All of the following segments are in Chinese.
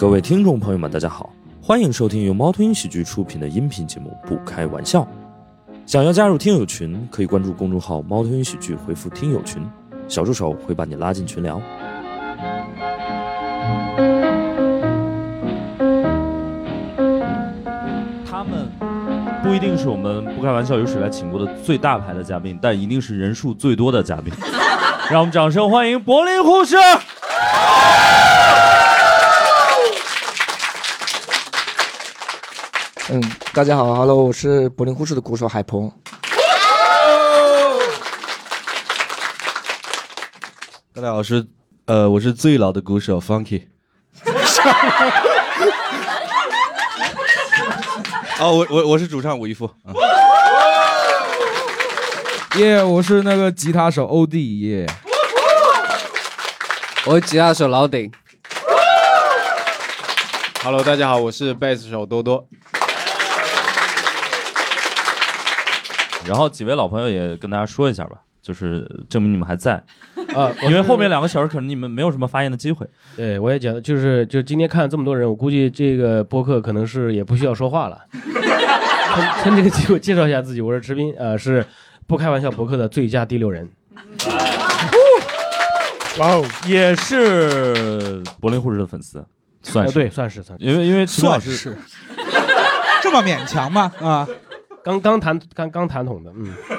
各位听众朋友们，大家好，欢迎收听由猫头鹰喜剧出品的音频节目《不开玩笑》。想要加入听友群，可以关注公众号“猫头鹰喜剧”，回复“听友群”，小助手会把你拉进群聊。他们不一定是我们不开玩笑有史以来请过的最大牌的嘉宾，但一定是人数最多的嘉宾。让我们掌声欢迎柏林护士。 大家好 ，Hello， 我是柏林护士的鼓手海鹏。 大家好，我是最老的鼓手 Funky。哦，我是主唱吴亦夫。 我是那个吉他手欧弟耶。 我是吉他手老顶。 Hello， 大家好，我是贝斯手多多。 然后几位老朋友也跟大家说一下吧，就是证明你们还在因为后面2个小时可能你们没有什么发言的机会。 对，我也觉得，就今天看了这么多人，我估计这个播客可能是也不需要说话了。趁这个机会介绍一下自己，我是池斌，是不开玩笑播客的最佳第6人。 哇哦，也是柏林护士的粉丝，算是对，算是， 因为池斌老师是这么勉强吗？啊。 刚谈统的，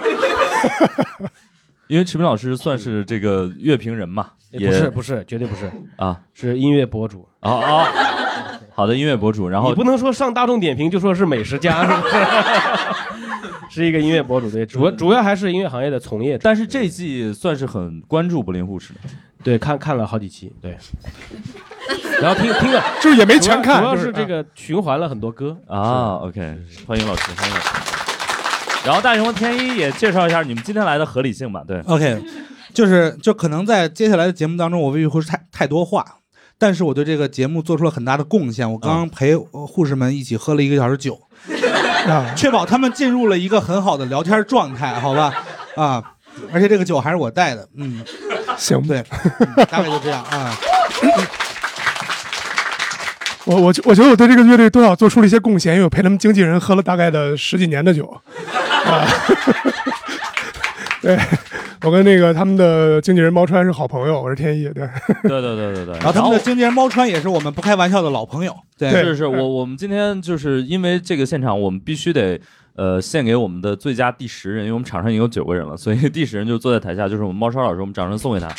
因为池斌老师算是这个乐评人嘛， 不是，绝对不是啊， 是音乐博主好的音乐博主，然后你不能说上大众点评就说是美食家，是一个音乐博主，对，主要还是音乐行业的从业者， 但是这一季算是很关注柏林护士的， 对，看了好几期，对。然后听了， 就是也没全看， 主要是这个循环了很多歌啊。OK， 欢迎老师，欢迎老师。然后大熊和天一也介绍一下你们今天来的合理性吧。对 ，OK， 就可能在接下来的节目当中，我未必会说太多话，但是我对这个节目做出了很大的贡献。我刚刚陪护士们一起喝了1个小时酒，确保他们进入了一个很好的聊天状态，好吧？而且这个酒还是我带的，行，对，大概就这样啊。 我觉得我对这个乐队多少做出了一些贡献，因为我陪他们经纪人喝了大概的10几年的酒，对，我跟那个他们的经纪人猫川是好朋友，我是天意，对。 然后他们的经纪人猫川也是我们不开玩笑的老朋友，对， 是我们今天就是因为这个现场，我们必须得献给我们的最佳第10人，因为我们场上已经有9个人了，所以第10人就坐在台下，就是我们猫川老师，我们掌声送给他。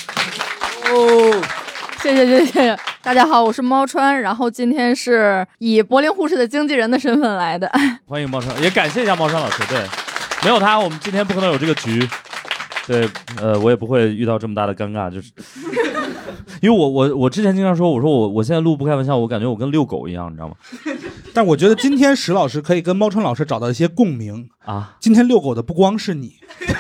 谢谢，大家好，我是猫川，然后今天是以柏林护士的经纪人的身份来的， 欢迎猫川，也感谢一下猫川老师，对，没有他，我们今天不可能有这个局，对，我也不会遇到这么大的尴尬，就是，因为我之前经常说，我现在录不开玩笑，我感觉我跟遛狗一样，你知道吗？ 但我觉得今天石老师可以跟猫川老师找到一些共鸣啊，今天遛狗的不光是你。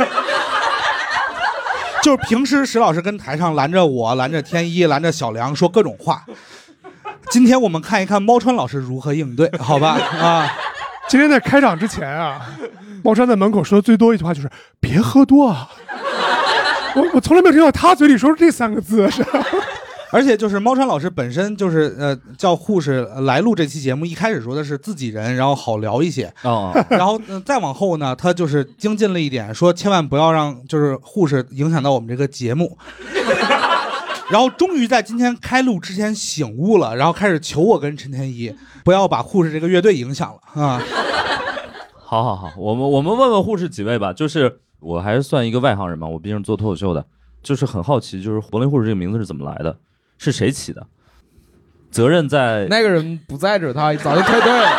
就是平时石老师跟台上拦着我，拦着天一，拦着小梁说各种话。今天我们看一看猫川老师如何应对，好吧？ 今天在开场之前猫川在门口说的最多一句话就是“别喝多啊”。我从来没有听到他嘴里说这3个字。 而且就是猫川老师本身就是叫护士来录这期节目，一开始说的是自己人，然后好聊一些然后再往后呢，他就是精进了一点，说千万不要让就是护士影响到我们这个节目。然后终于在今天开录之前醒悟了，然后开始求我跟陈天一不要把护士这个乐队影响了啊。 好，我们问问护士几位吧，就是我还是算一个外行人嘛，我毕竟是做脱口秀的，就是很好奇，就是柏林护士这个名字是怎么来的？是谁起的？责任在那个人不在这，他早就退队了。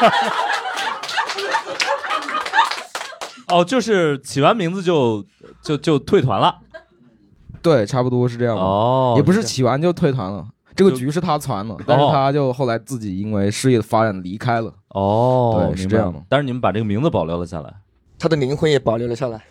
就是起完名字就退团了。 对，差不多是这样。也不是起完就退团了，这个局是他传了，但是他就后来自己因为事业的发展离开了。对，是这样的。 但是你们把这个名字保留了下来， 他的灵魂也保留了下来。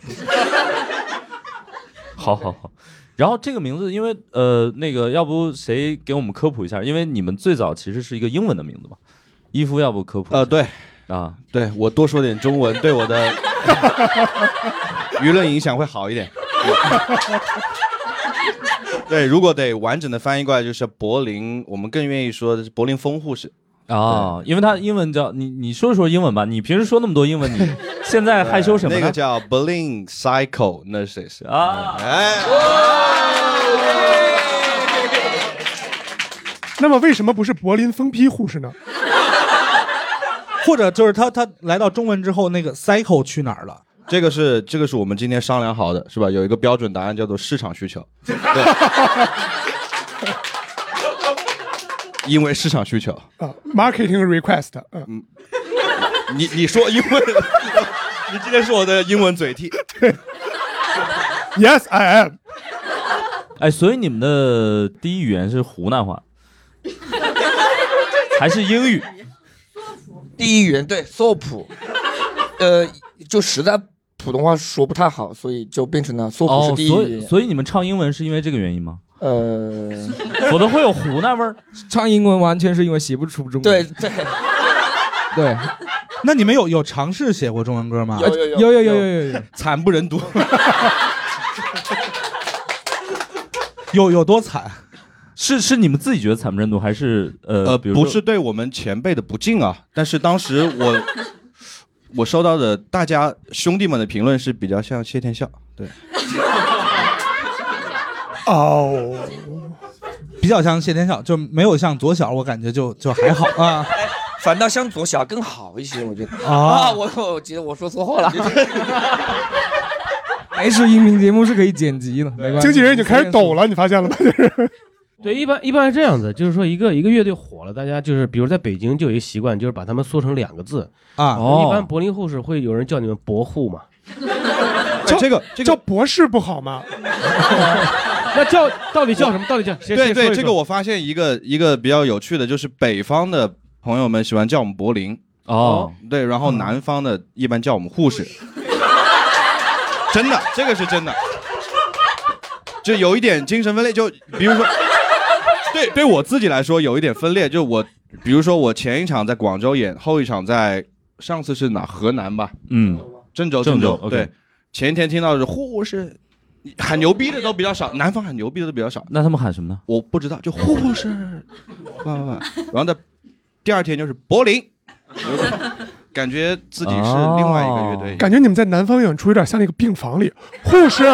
好。然后这个名字，因为那个要不谁给我们科普一下？因为你们最早其实是一个英文的名字嘛。伊夫要不科普？ 对，对我多说点中文，对我的舆论影响会好一点。 对，如果得完整的翻译过来，就是柏林，我们更愿意说的是柏林风护士。 因为它英文叫你说一说英文吧，你平时说那么多英文，你现在害羞什么呢？ 那个叫 Berlin Psycho Nurses 那么为什么不是柏林疯批护士呢？ 或者就是他来到中文之后，那个 cycle 去哪儿了？ 这个是我们今天商量好的，是吧？有一个标准答案叫做市场需求。对。因为市场需求 ，marketing request， 你说英文，你今天是我的英文嘴替。 对 ，Yes I am。 哎，所以你们的第一语言是湖南话，还是英语？ 第一语言对，索普，就实在普通话说不太好，所以就变成了索普是第一语言。 所以你们唱英文是因为这个原因吗？否则会有湖南味儿。 唱英文完全是因为写不出中文。 对。 那你们有尝试写过中文歌吗？ 有， 惨不忍睹。 有多惨？ 是你们自己觉得惨不忍睹，还是比如不是对我们前辈的不敬啊？但是当时我收到的大家兄弟们的评论是比较像谢天笑，对。 比较像谢天笑，就没有像左小，我感觉就还好啊。 反倒像左小更好一些，我觉得。我觉得我说错话了。 没事，音频节目是可以剪辑的，没关系。 经纪人已经开始抖了，你发现了吗？ 对，一般是这样子，就是说一个乐队火了，大家就是比如在北京就有一个习惯，就是把他们缩成2个字啊。一般柏林护士会有人叫你们博护嘛？ 这个叫博士不好吗？ 那到底叫什么？到底叫谁？ 对，这个我发现一个比较有趣的，就是北方的朋友们喜欢叫我们柏林对，然后南方的一般叫我们护士。真的，这个是真的，就有一点精神分裂。就比如说，对我自己来说有一点分裂。就比如说我前一场在广州演，后一场在上次是哪？河南吧？郑州。对，前一天听到的是护士。喊牛逼的都比较少，南方喊牛逼的都比较少。 那他们喊什么呢？ 我不知道，就护士，然后第二天就是柏林，感觉自己是另外一个乐队。 感觉你们在南方演出有点像那个病房里，护士，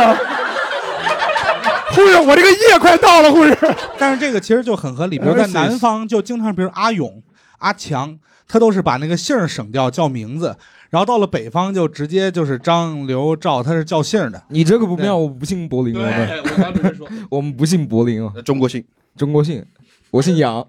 我这个夜快到了，护士。 但是这个其实就很合理，比如在南方就经常，比如阿勇、阿强，他都是把那个姓省掉叫名字。然后到了北方就直接就是张刘赵，他是叫姓的。 你这个不妙，我不姓柏林。 对，我刚才说， 我们不姓柏林啊， 中国姓， 我姓杨。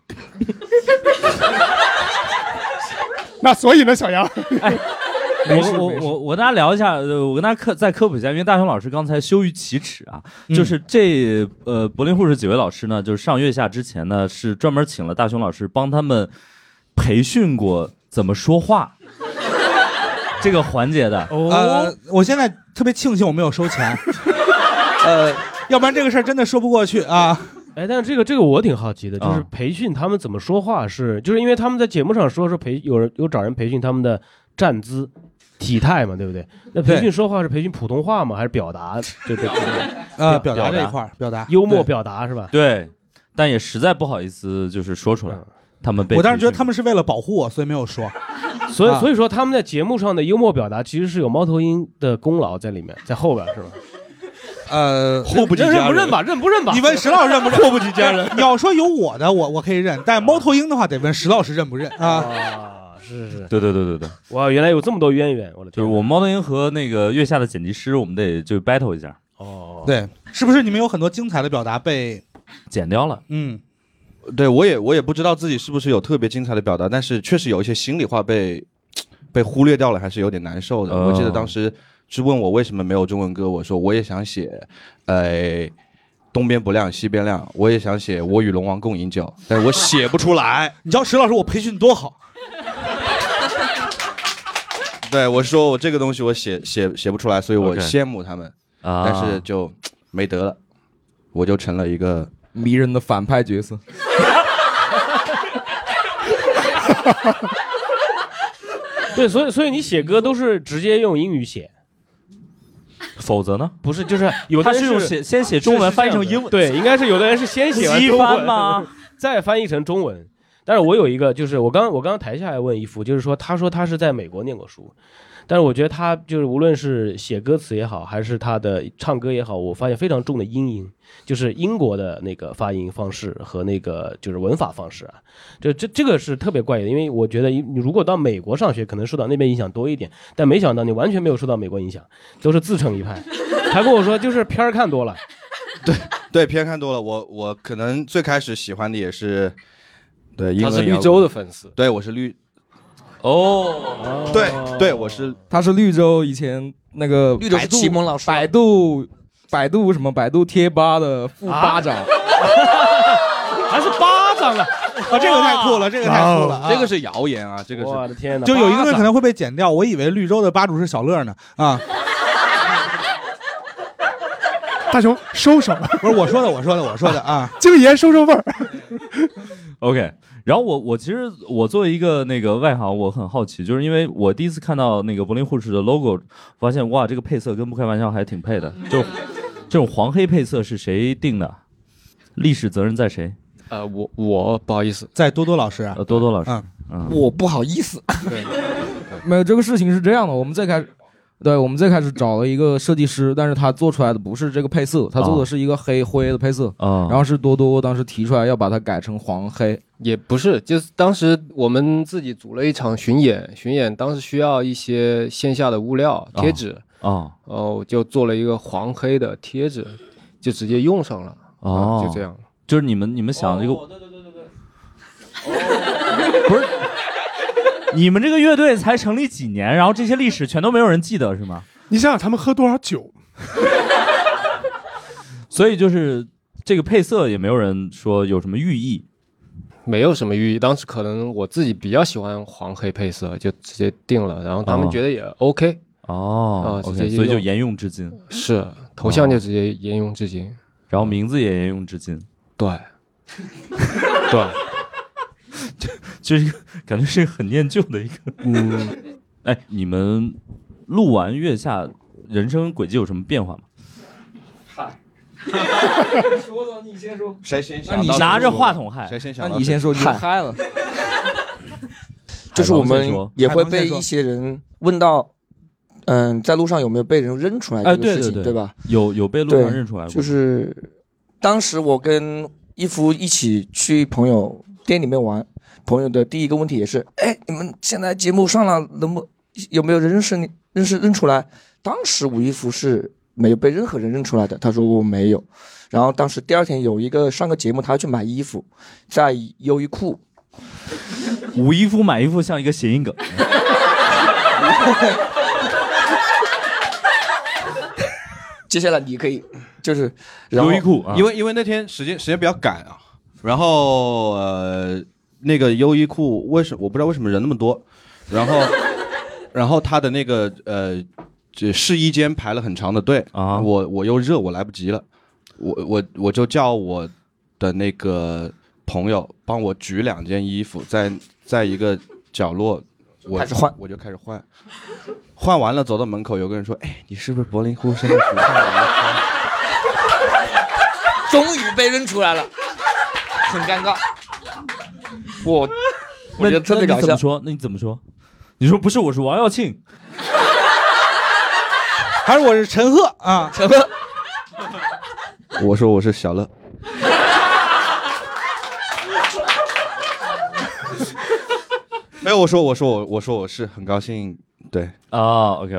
那所以呢，小杨， 我跟大家聊一下，我跟大家再科普一下，因为大雄老师刚才羞于启齿啊，就是柏林护士几位老师呢，就是上月下之前呢，是专门请了大雄老师帮他们培训过怎么说话。这个环节的我现在特别庆幸我没有收钱，要不然这个事儿真的说不过去啊。 哎，但是这个我挺好奇的，就是培训他们怎么说话就是因为他们在节目上说有找人培训他们的站姿、体态嘛，对不对？那培训说话是培训普通话吗？还是表达？ 表达这一块，表达幽默表达是吧？ 对，但也实在不好意思，就是说出来。 我当时觉得他们是为了保护我，所以没有说。 所以说他们在节目上的幽默表达其实是有猫头鹰的功劳在里面，在后边是吧？ 祸不及家人， 认不认吧？ 你问石老师认不认？ 祸不及家人。 你要说有我的，我可以认，但猫头鹰的话得问石老师认不认啊？ 是， 对。 哇，原来有这么多渊源，我的天！ 就是我们猫头鹰和那个月下的剪辑师，我们得就 battle 一下。 对，是不是你们有很多精彩的表达被剪掉了？ 对，我也不知道自己是不是有特别精彩的表达，但是确实有一些心里话被忽略掉了，还是有点难受的。我记得当时是问我为什么没有中文歌，我说我也想写，东边不亮西边亮，我也想写我与龙王共饮酒，但是我写不出来。 你知道石老师我培训多好？ 对，我说我这个东西我写不出来，所以我羡慕他们，但是就没得了，我就成了一个迷人的反派角色。 对，所以你写歌都是直接用英语写。 否则呢？ 不是，就是有的人他是用先写中文翻译成英文， 对，应该是有的人是先写完中文吗？ 再翻译成中文。但是我有一个，就是我刚刚台下来问一夫，就是说他说他是在美国念过书，但是我觉得他就是无论是写歌词也好，还是他的唱歌也好，我发现非常重的英音，就是英国的那个发音方式和那个就是文法方式啊，这个是特别怪异的，因为我觉得你如果到美国上学，可能受到那边影响多一点，但没想到你完全没有受到美国影响，都是自成一派。还跟我说就是片儿看多了， 对片看多了，我可能最开始喜欢的也是。对， 他是绿洲的粉丝。 对，我是绿。 哦， 对，我是， 他是绿洲以前那个绿洲是启蒙老师， 百度贴吧的副吧长， 还是巴掌了啊！这个太酷了，这个太酷了， 这个是谣言啊！这个是， 我的天哪！ 就有一个人可能会被剪掉，我以为绿洲的吧主是小乐呢啊。 大雄收手， 不是我说的啊， 敬爷收味儿。 OK， 然后我其实我作为一个那个外行，我很好奇，就是因为我第一次看到那个柏林护士的 logo， 发现哇，这个配色跟不开玩笑还挺配的。就这种黄黑配色是谁定的？历史责任在谁？ 我不好意思， 在多多老师啊， 多多老师， 我不好意思。 对， 没有，这个事情是这样的，我们最开始找了一个设计师，但是他做出来的不是这个配色，他做的是一个黑灰的配色，然后是多多当时提出来要把它改成黄黑， 也不是，就是当时我们自己组了一场巡演当时需要一些线下的物料贴纸就做了一个黄黑的贴纸，就直接用上了就这样。 就是你们想这个，不是。你们这个乐队才成立几年，然后这些历史全都没有人记得是吗？ 你想想他们喝多少酒？ 所以就是这个配色也没有人说有什么寓意， 没有什么寓意。当时可能我自己比较喜欢黄黑配色，就直接定了，然后他们觉得也 OK OK， 所以就沿用至今。 是头像就直接沿用至今， 然后名字也沿用至今。 对，对。 就是感觉是很念旧的一个，哎，你们录完月下，人生轨迹有什么变化吗？ 嗨，说你先说， 谁先想？ 你拿着话筒嗨， 谁先想？ 那你先说，你就嗨了。 就是我们也会被一些人问到，在路上有没有被人认出来这个事情，对吧？ 有被路上认出来过。就是当时我跟一夫一起去朋友店里面玩。朋友的第一个问题也是，哎，你们现在节目上了，有没有人认出来？当时吴亦夫是没有被任何人认出来的，他说我没有。然后当时第二天有一个上个节目，他要去买衣服，在优衣库。 吴亦夫买衣服像一个谐音梗。 接下来你可以就是优衣库，因为那天时间比较赶啊，然后那个优衣库我不知道为什么人那么多，然后他的那个这试衣间排了很长的队啊，我又热，我来不及了，我就叫我的那个朋友帮我举2件衣服，在一个角落，我就开始换完了走到门口，有个人说，哎，你是不是柏林护士的主唱？ 终于被认出来了，很尴尬。我觉得特别搞笑。 那你怎么说？你说不是，我是王耀庆， 还是我是陈赫啊？ 陈赫。 我说我是小乐。没有，我说我是很高兴，对啊 ，OK，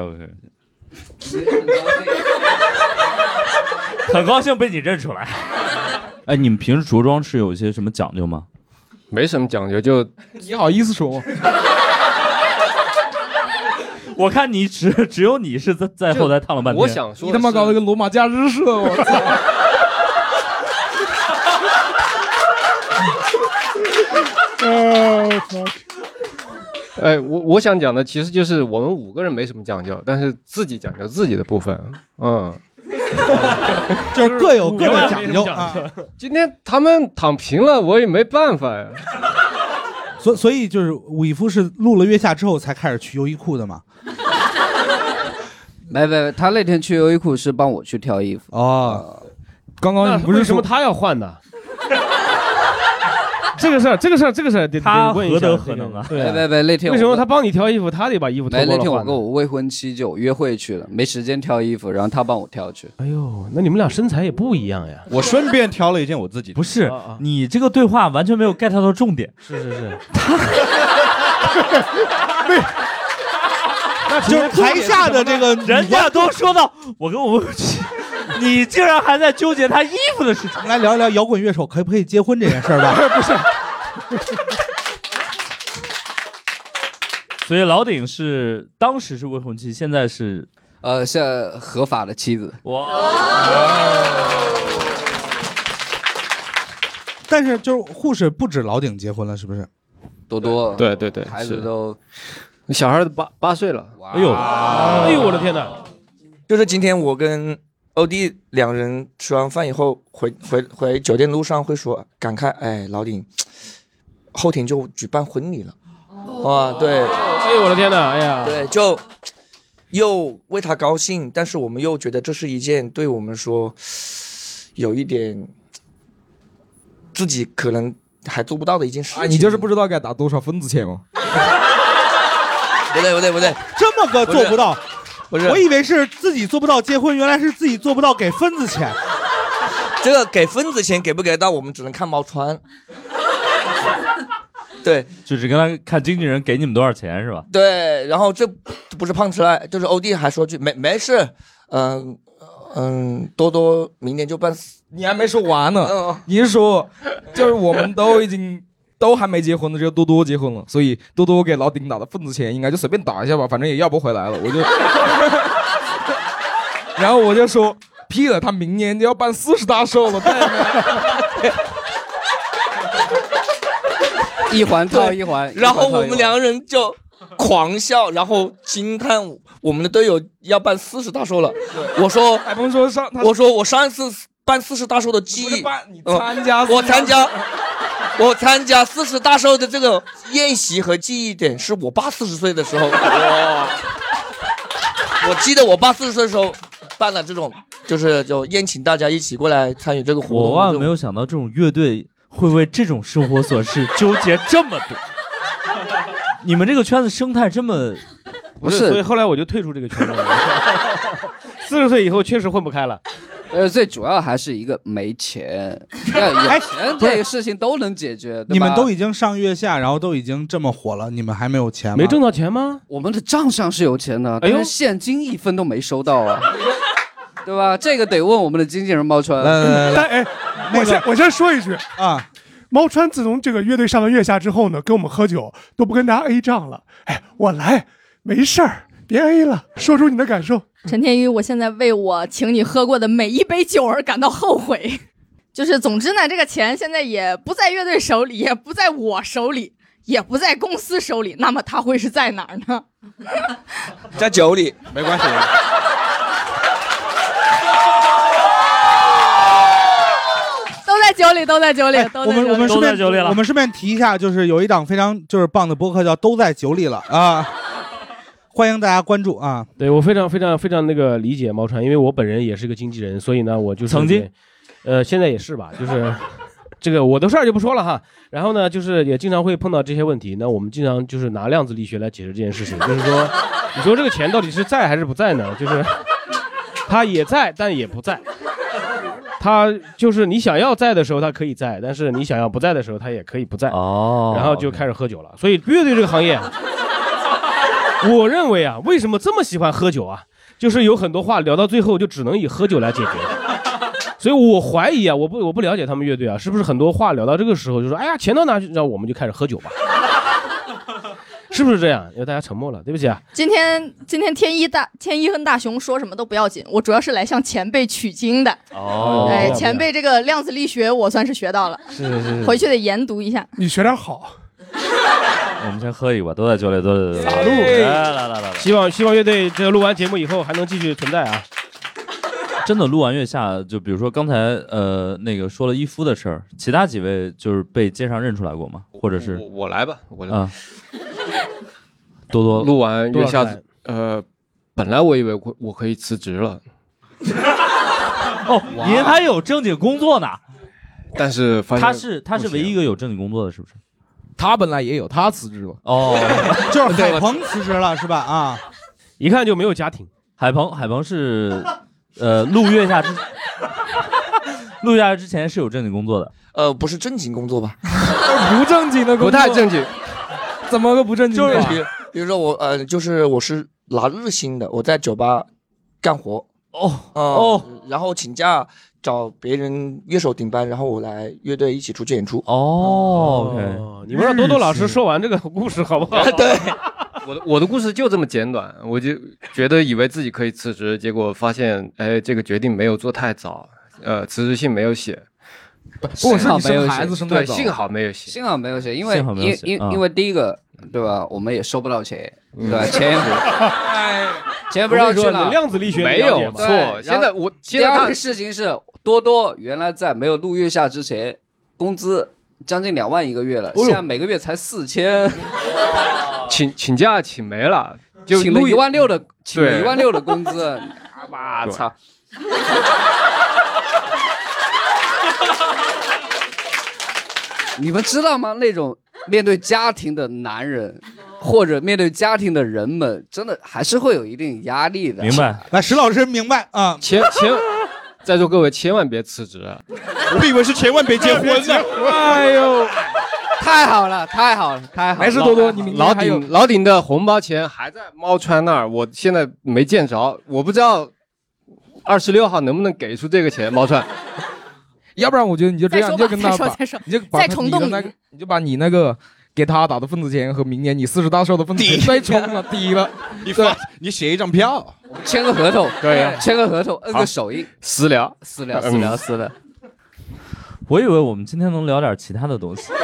很高兴被你认出来。哎，你们平时着装是有一些什么讲究吗？ 没什么讲究，就你好意思说吗？ 我看你只有你是在后台烫了半天。 我想说， 你他妈搞得跟罗马假日似的，我操！ 哎，我想讲的其实就是我们5个人没什么讲究，但是自己讲究自己的部分， 就是各有各的讲究啊。 今天他们躺平了，我也没办法呀。 所以就是吴亦夫是录了月下之后才开始去优衣库的嘛。 没，他那天去优衣库是帮我去挑衣服。 哦，刚刚不是为什么他要换呢？这个事儿， 他何德何能啊？ 对，那天为什么他帮你挑衣服，他得把衣服脱光了换？ 那天我跟我未婚妻就约会去了，没时间挑衣服，然后他帮我挑去。 哎呦，那你们俩身材也不一样呀。 我顺便挑了一件我自己的。 不是，你这个对话完全没有 get 到重点。 是， 那就是台下的这个人家都说到我跟我你竟然还在纠结他衣服的事情。 来聊一聊摇滚乐手可不可以结婚这件事儿吧？ 不是。所以老鼎是当时是未婚妻，现在是现在合法的妻子。 哇！ 但是就是护士不止老鼎结婚了，是不是？ 多多， 对， 孩子都， 小孩8岁了。 哎呦，我的天哪！ 就是今天我跟欧弟两人吃完饭以后回酒店路上会说感慨，哎，老鼎后天就举办婚礼了，哇，对， 哎呦我的天哪，哎呀， 对，就又为他高兴，但是我们又觉得这是一件对我们说有一点自己可能还做不到的一件事情。 你就是不知道该打多少份子钱吗？ 不对， 这么个做不到。 不是， 我以为是自己做不到结婚，原来是自己做不到给份子钱。 这个给份子钱给不给到，我们只能看猫川。对， 就只跟他看经纪人给你们多少钱是吧？ 对，然后这不是胖出来，就是欧弟还说句没事，多多明年就办。 你还没说完呢，你是说就是我们都还没结婚的，这个多多结婚了，所以多多给老鼎打的份子钱应该就随便打一下吧，反正也要不回来了，我就，然后我就说屁了，他明年就要办40大寿了，对一环套一环， 然后我们两个人就狂笑，然后惊叹我们的队友要办40大寿了。我说，我上一次办40大寿的记忆，我参加40大寿的这个宴席和记忆点是我爸40岁的时候，我记得我爸40岁的时候办了这种，就宴请大家一起过来参与这个活动。 我万万没有想到这种乐队会为这种生活琐事纠结这么多。你们这个圈子生态这么不是，所以后来我就退出这个圈子了。40岁以后确实混不开了。 最主要还是一个没钱，要有钱这个事情都能解决。对吧？ 你们都已经上月下，然后都已经这么火了，你们还没有钱吗？ 没挣到钱吗？ 我们的账上是有钱的，但是现金1分都没收到啊，对吧？这个得问我们的经纪人猫川。 哎，我先说一句啊，猫川自从这个乐队上了月下之后呢，跟我们喝酒都不跟大家 A 账了。哎，我来，没事儿，别 A 了，说出你的感受。 陈天宇，我现在为我请你喝过的每一杯酒而感到后悔。就是总之呢，这个钱现在也不在乐队手里，也不在我手里，也不在公司手里，那么它会是在哪儿呢？ 在酒里， 没关系。 都在酒里，都在酒里， 我们顺便我们顺便提一下，就是有一档非常棒的播客叫《都在酒里了》啊。欢迎大家关注啊！ 对，我非常那个理解猫川，因为我本人也是个经纪人，所以呢，我就是曾经， 现在也是吧，就是这个我的事儿就不说了哈。然后呢，就是也经常会碰到这些问题，那我们经常就是拿量子力学来解释这件事情，就是说，你说这个钱到底是在还是不在呢？就是它也在，但也不在。它就是你想要在的时候它可以在，但是你想要不在的时候它也可以不在。哦，然后就开始喝酒了。所以乐队这个行业。我认为啊，为什么这么喜欢喝酒啊？就是有很多话聊到最后就只能以喝酒来解决。所以我怀疑啊，我不了解他们乐队啊，是不是很多话聊到这个时候就说，哎呀，钱到哪去，然后我们就开始喝酒吧，是不是这样？因为大家沉默了，对不起啊。 今天天一和大雄说什么都不要紧，我主要是来向前辈取经的。哦，对，前辈这个量子力学我算是学到了， 是， 回去得研读一下。 你学点好。 我们先喝一把，都在酒里，都在打路。来，希望乐队这个录完节目以后还能继续存在啊！ 真的录完月下，就比如说刚才那个说了伊夫的事儿，其他几位就是被街上认出来过吗？或者是我来吧，我来。 多多录完月下， 本来我以为我可以辞职了。 哦，您还有正经工作呢？ 但是发现他是唯一一个有正经工作的，是不是？ 他本来也有，他辞职了。 哦， 就是海鹏辞职了是吧？啊， 一看就没有家庭。 海鹏是录月下之前是有正经工作的。 不是正经工作吧？ 不正经的工作， 不太正经。 怎么个不正经？ 就是比如说我是拿日薪的，我在酒吧干活。然后请假找别人乐手顶班，然后我来乐队一起出去演出。 OK， 你们让多多老师说完这个故事好不好？ 对， 我的故事就这么简短，我就觉得以为自己可以辞职，结果发现，这个决定没有做太早，辞职信没有写。 不是你生孩子生太早， 幸好没有写， 幸好没有写，因为第一个对吧，我们也收不到钱，对吧？钱不让去了， 量子力学没有错。现在第二个事情是，多多原来在没有录月下之前，工资将近2万一个月了，现在每个月才4000。 请假请没了，就请了1万6的，请了1万6的工资，我操！你们知道吗？那种面对家庭的男人，或者面对家庭的人们，真的还是会有一定压力的。 明白？ 来，石老师明白啊？ 在座各位千万别辞职啊！ 我以为是千万别结婚呢。 哎呦，太好了，太好了，太好了！ 没事，多多，你明天还有老顶的红包钱还在猫川那儿，我现在没见着，我不知道26号能不能给出这个钱，猫川。 要不然我觉得你就这样，你就跟他再重动你就把你那个给他打的份子钱和明年你40大寿的份子钱再冲了，抵了。 你写一张票， 签个合同，对，签个合同，摁个手印， 私聊。 我以为我们今天能聊点其他的东西，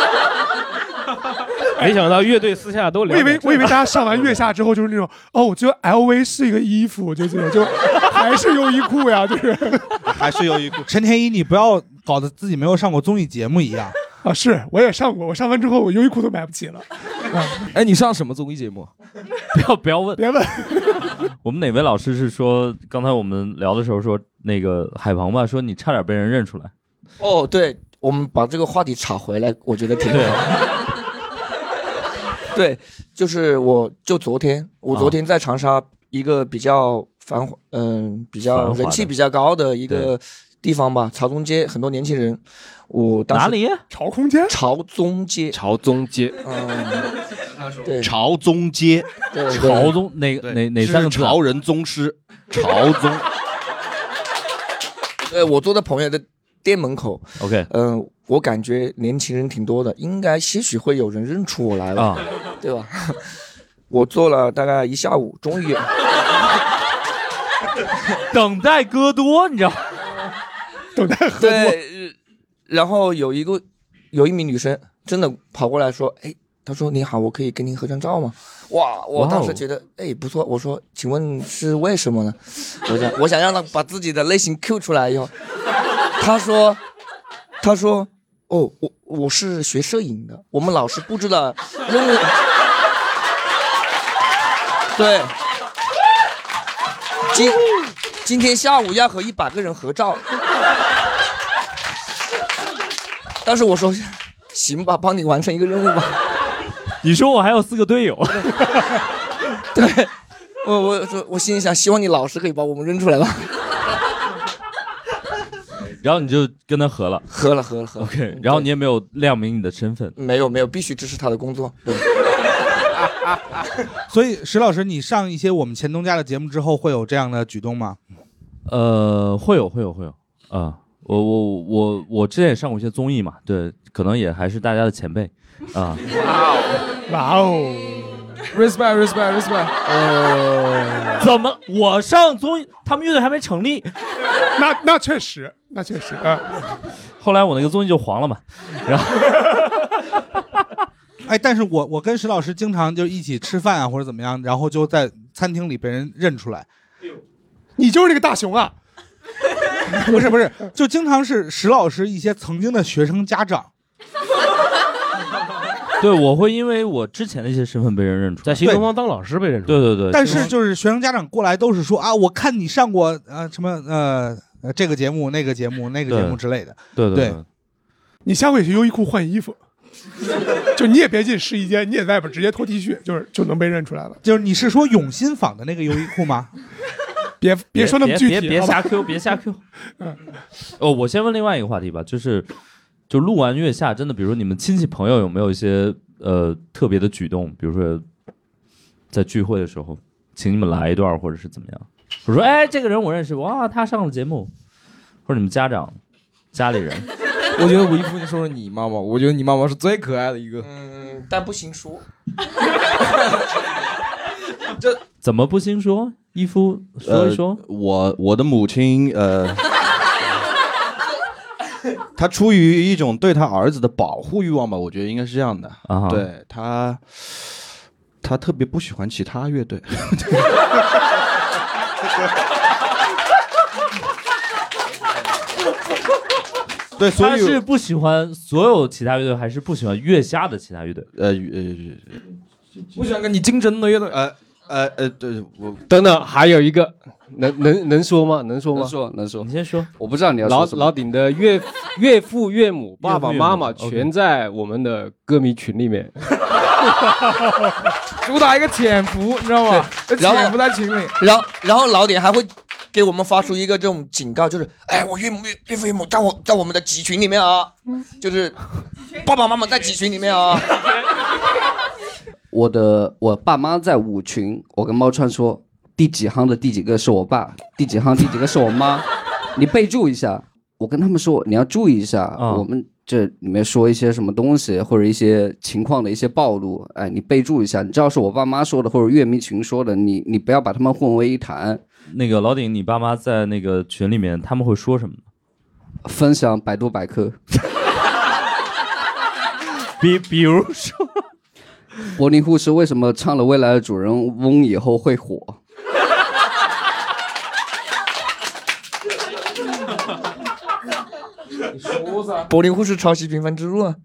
没想到乐队私下都聊。 我以为大家上完月下之后就是那种我觉得 LV 是一个衣服，就还是优衣库呀，就是还是优衣库。 陈天一，你不要搞得自己没有上过综艺节目一样啊！是，我也上过，我上完之后我优衣库都买不起了。 哎，你上什么综艺节目？ 不要问， 别问。 我们哪位老师是说，刚才我们聊的时候说那个海鹏吧，说你差点被人认出来。 哦，对，我们把这个话题插回来，我觉得挺好。对，就是我昨天在长沙一个比较比较人气比较高的一个地方吧，朝宗街，很多年轻人。我当时哪里？ 朝空间？ 朝宗街。 对，朝宗街。 朝宗哪3个字？ 潮人宗师。朝宗。 我坐在朋友的店门口。 OK。 我感觉年轻人挺多的，应该些许会有人认出我来了，对吧？我坐了大概1下午，终于等待戈多，你知道？ 等待戈多。 对，然后有一名女生真的跑过来说：“哎，她说你好，我可以跟您合张照吗？”哇，我当时觉得不错。我说：“请问是为什么呢？”我想让她把自己的类型 Q 出来以后，她说。哦，我是学摄影的，我们老师布置了任务。对，今天下午要和100个人合照。但是我说，行吧，帮你完成一个任务吧。 你说我还有4个队友。 对，我心里想，希望你老师可以把我们认出来吧。 然后你就跟他合了。OK， 然后你也没有亮明你的身份。 没有，必须支持他的工作。对。 所以石老师，你上一些我们前东家的节目之后，会有这样的举动吗？ 会有啊。我之前也上过一些综艺嘛，对，可能也还是大家的前辈啊。 哇哦 respect。 怎么我上综艺，他们乐队还没成立？ 那确实啊。 后来我那个综艺就黄了嘛，然后。 但是我跟石老师经常就一起吃饭啊，或者怎么样，然后就在餐厅里被人认出来。 你就是那个大熊啊？ 不是，就经常是石老师一些曾经的学生家长。 对，我会因为我之前的一些身份被人认出来， 在新东方当老师被认出来。 对。 但是就是学生家长过来都是说啊，我看你上过什么这个节目、那个节目、那个节目之类的。对。 你下回去优衣库换衣服，就你也别进试衣间，你也外边直接脱 T 恤，就能被认出来了。 就是你是说永新坊的那个优衣库吗？ 别说那么具体， 别瞎 Q， 别瞎 Q。我先问另外一个话题吧，就录完月下，真的，比如说你们亲戚朋友有没有一些特别的举动，比如说在聚会的时候，请你们来一段，或者是怎么样？我说，哎，这个人我认识，哇，他上了节目，或者你们家长、家里人。 我觉得吴亦夫，你说说你妈妈，我觉得你妈妈是最可爱的一个。 但不行说。 这怎么不行说？亦夫说一说。 我的母亲他出于一种对他儿子的保护欲望吧，我觉得应该是这样的。对他特别不喜欢其他乐队。对，所以他是不喜欢所有其他乐队，还是不喜欢月下的其他乐队？ 不喜欢跟你竞争的乐队。 对，我等等，还有一个，能说吗？能说吗？ 能说， 你先说。 我不知道你要说什么。 老顶的岳父、岳母、爸爸妈妈全在我们的歌迷群里面， 主打一个潜伏，你知道吗？潜伏在群里。 然后老顶还会给我们发出一个这种警告，就是哎，我岳父岳母在我们的集群里面啊，就是爸爸妈妈在集群里面啊。 我爸妈在5群，我跟猫川说第几行的第几个是我爸，第几行第几个是我妈，你备注一下。我跟他们说你要注意一下，我们这里面说一些什么东西或者一些情况的一些暴露，哎，你备注一下，你知道是我爸妈说的或者乐迷群说的，你不要把他们混为一谈。 那个老顶，你爸妈在那个群里面他们会说什么呢？ 分享百度百科。 比如说柏林护士为什么唱了未来的主人翁以后会火？ 你说噻。柏林护士抄袭平凡之路啊。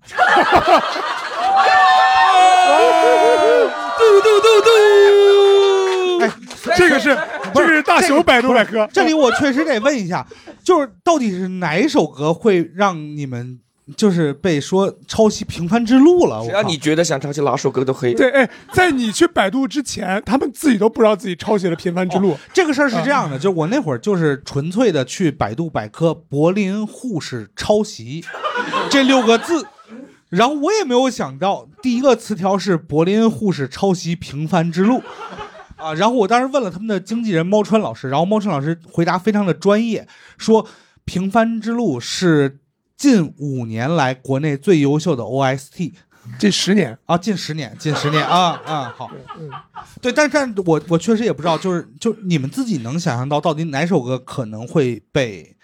哎，这个是大熊百度百科。 这里我确实得问一下，就是到底是哪一首歌会让你们就是被说抄袭平凡之路了？ 只要你觉得想抄袭哪首歌都可以。 对，哎，在你去百度之前，他们自己都不知道自己抄袭了平凡之路。 这个事儿是这样的，就我那会儿就是纯粹的去百度百科柏林护士抄袭这6个字，然后我也没有想到第一个词条是柏林护士抄袭平凡之路。然后我当时问了他们的经纪人猫川老师，然后猫川老师回答非常的专业，说平凡之路是近5年来国内最优秀的 OST， 近10年啊，近10年好，对，但是我确实也不知道，就你们自己能想象到底哪首歌可能会被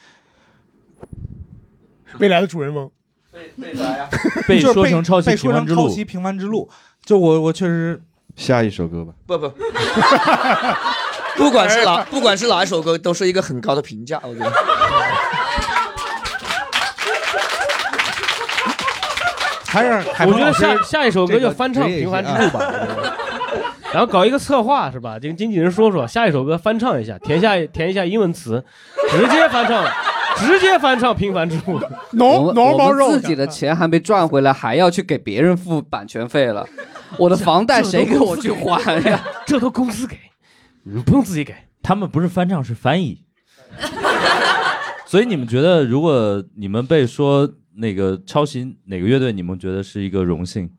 未来的主人翁被啥呀？被说成抄袭平凡之路， 被说成抄袭平凡之路，就我确实。 下一首歌吧。 不管是哪一首歌，都是一个很高的评价，我觉得。 我觉得下一首歌就翻唱《平凡之路》吧，然后搞一个策划是吧？这个经纪人说下一首歌翻唱一下，填一下英文词，直接翻唱《平凡之路》。 我们自己的钱还没赚回来，还要去给别人付版权费了。我的房贷谁给我去还呀？ 这都公司给，你不用自己给。 他们不是翻唱，是翻译。所以你们觉得，如果你们被说那个抄袭哪个乐队，你们觉得是一个荣幸？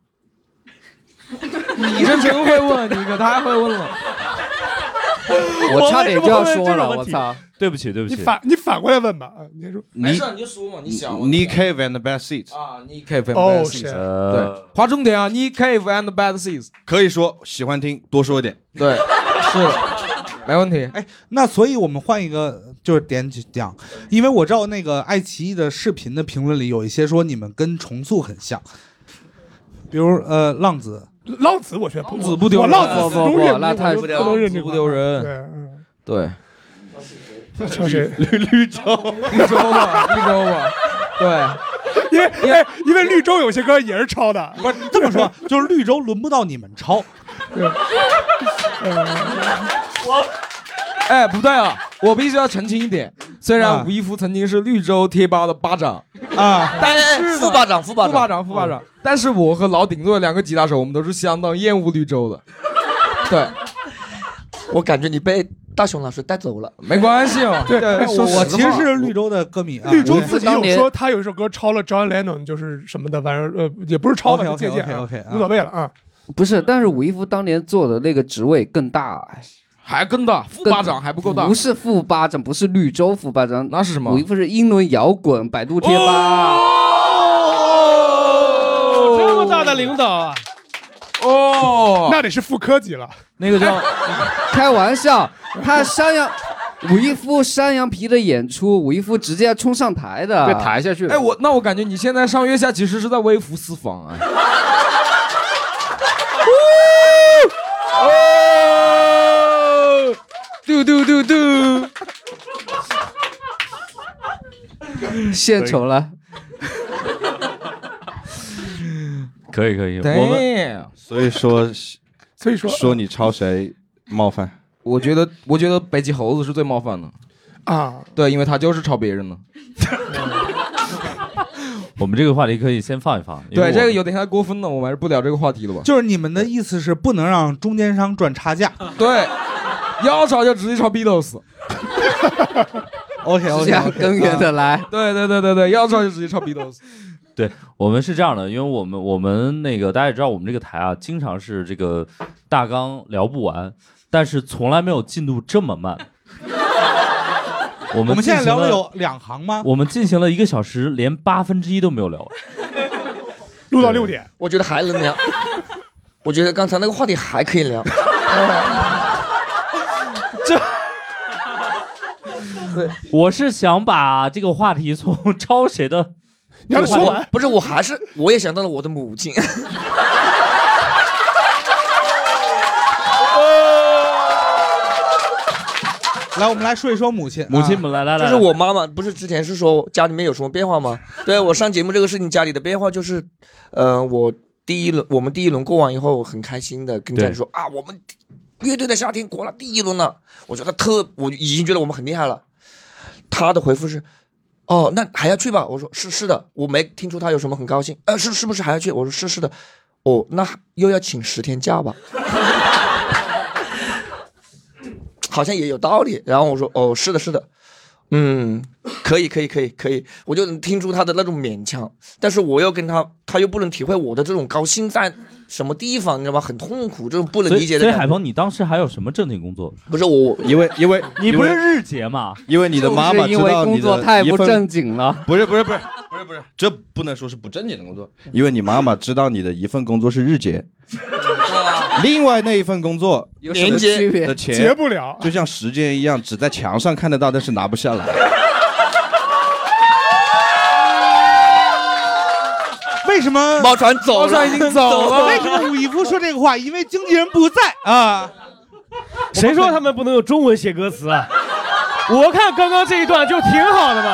你是真会问，你可太会问了。 我差点就要说了，我操！ 对不起， 你反过来问吧，你先说。 没事，你就说嘛，你想。 Nick Cave and the Bad Seeds 啊 ，Nick Cave and the Bad Seeds，对，划重点啊 ，Nick Cave and the Bad Seeds， 可以说喜欢听，多说一点。 对，是的，没问题。 哎，那所以我们换一个就是点讲，因为我知道那个爱奇艺的视频的评论里有一些说你们跟重塑很像，比如浪子， 我觉得浪子不丢人， 浪子不，那太不丢人，对。 抄谁？ 绿洲吧， 对。 因为绿洲有些歌也是抄的， 不是这么说，就是绿洲轮不到你们抄。 哎，不对啊，我必须要澄清一点。虽然吴亦夫曾经是绿洲贴吧的吧长啊， 但是副吧长， 但是我和老顶座两个吉他手，我们都是相当厌恶绿洲的。对， 我感觉你被大雄老师带走了， 没关系哦。 对， 我其实是绿洲的歌迷啊。 绿洲自己有说他有一首歌抄了 John Lennon， 就是什么的，反正也不是抄的，借鉴 OK， 无所谓了啊。 不是，但是吴亦夫当年做的那个职位更大。 还更大，副吧长还不够大。 不是副吧长，不是绿洲副吧长， 那是什么？ 吴亦夫是英伦摇滚百度贴吧。 这么大的领导啊！ 哦，那得是副科级了。 那个叫开玩笑，他山羊吴亦夫山羊皮的演出，吴亦夫直接冲上台的， 被抬下去了。 哎，我感觉你现在上月下其实是在微服私访啊。 嘟嘟嘟嘟，献丑了。 可以，我们所以说你抄谁冒犯？ 我觉得北极猴子是最冒犯的啊， 对，因为他就是抄别人的。 我们这个话题可以先放一放。 对，这个有点太过分了，我们还是不聊这个话题了吧。 就是你们的意思是不能让中间商赚差价。 对，要抄就直接抄 Beatles。 OK， 这样根源的来。 对，要抄就直接抄 Beatles。 对，我们是这样的，因为我们那个大家也知道，我们这个台啊，经常是这个大纲聊不完，但是从来没有进度这么慢。我们现在聊了有2行吗？ 我们进行了1个小时，连1/8都没有聊完， 录到6点。 我觉得还能聊，我觉得刚才那个话题还可以聊。 对，我是想把这个话题从抄谁的， 你让他说完。 不是，我也想到了我的母亲。 来，我们来说一说母亲。 母亲们来， 就是我妈妈，不是之前是说家里面有什么变化吗？对，我上节目这个事情，家里的变化就是，我们第一轮过完以后，很开心的跟家里说啊，我们乐队的夏天过了第1轮了，我觉得我已经觉得我们很厉害了。他的回复是，哦，那还要去吧？我说是的，我没听出他有什么很高兴。是不是还要去？我说是的。哦，那又要请10天假吧？好像也有道理。然后我说，哦，是的，可以，我就能听出他的那种勉强，但是我又跟他又不能体会我的这种高兴在什么地方，你知道吗？很痛苦，这种不能理解的。 所以海鹏，你当时还有什么正经工作？ 不是我， 因为你不是日结吗？ 因为你的妈妈知道你的因为工作太不正经了。 不是，这不能说是不正经的工作，因为你妈妈知道你的一份工作是日结。另外那一份工作有什么区别的钱结不了， 就像时间一样，只在墙上看得到，但是拿不下来。 为什么猫船走了？ 猫船已经走了。 为什么吴亦夫说这个话？因为经纪人不在啊。 谁说他们不能有中文写歌词啊？我看刚刚这一段就挺好的嘛。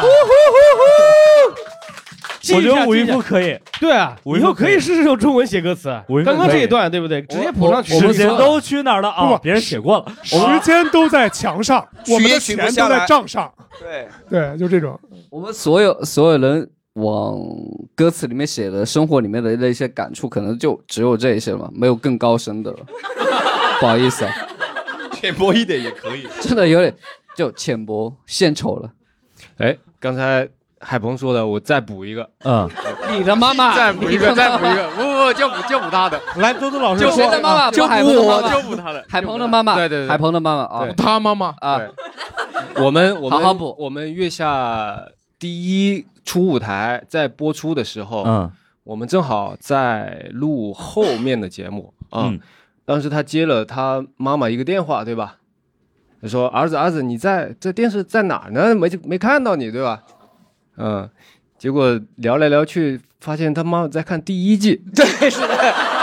我觉得吴亦夫可以。 对啊，以后可以试试用中文写歌词。刚刚这一段对不对？直接谱上去。 时间都去哪儿了啊？别人写过了。 时间都在墙上，我们的钱都在账上。对，就这种。 我们所有人往歌词里面写的生活里面的那些感触，可能就只有这些了，没有更高深的了。不好意思啊， 浅薄一点也可以。 真的有点就浅薄献丑了。 哎，刚才海鹏说的，我再补一个。 你的妈妈， 再补一个，不，就补他的。 来，多多老师说，谁的妈妈？就海鹏的妈妈， 就补他的。 海鹏的妈妈， 对， 海鹏的妈妈啊， 他妈妈啊。 我们好好补。 我们月下第一初舞台在播出的时候，我们正好在录后面的节目啊。当时他接了他妈妈一个电话，对吧？他说：“儿子，你这电视在哪儿呢？没看到你，对吧？”结果聊来聊去，发现他妈妈在看第1季。 对，是的，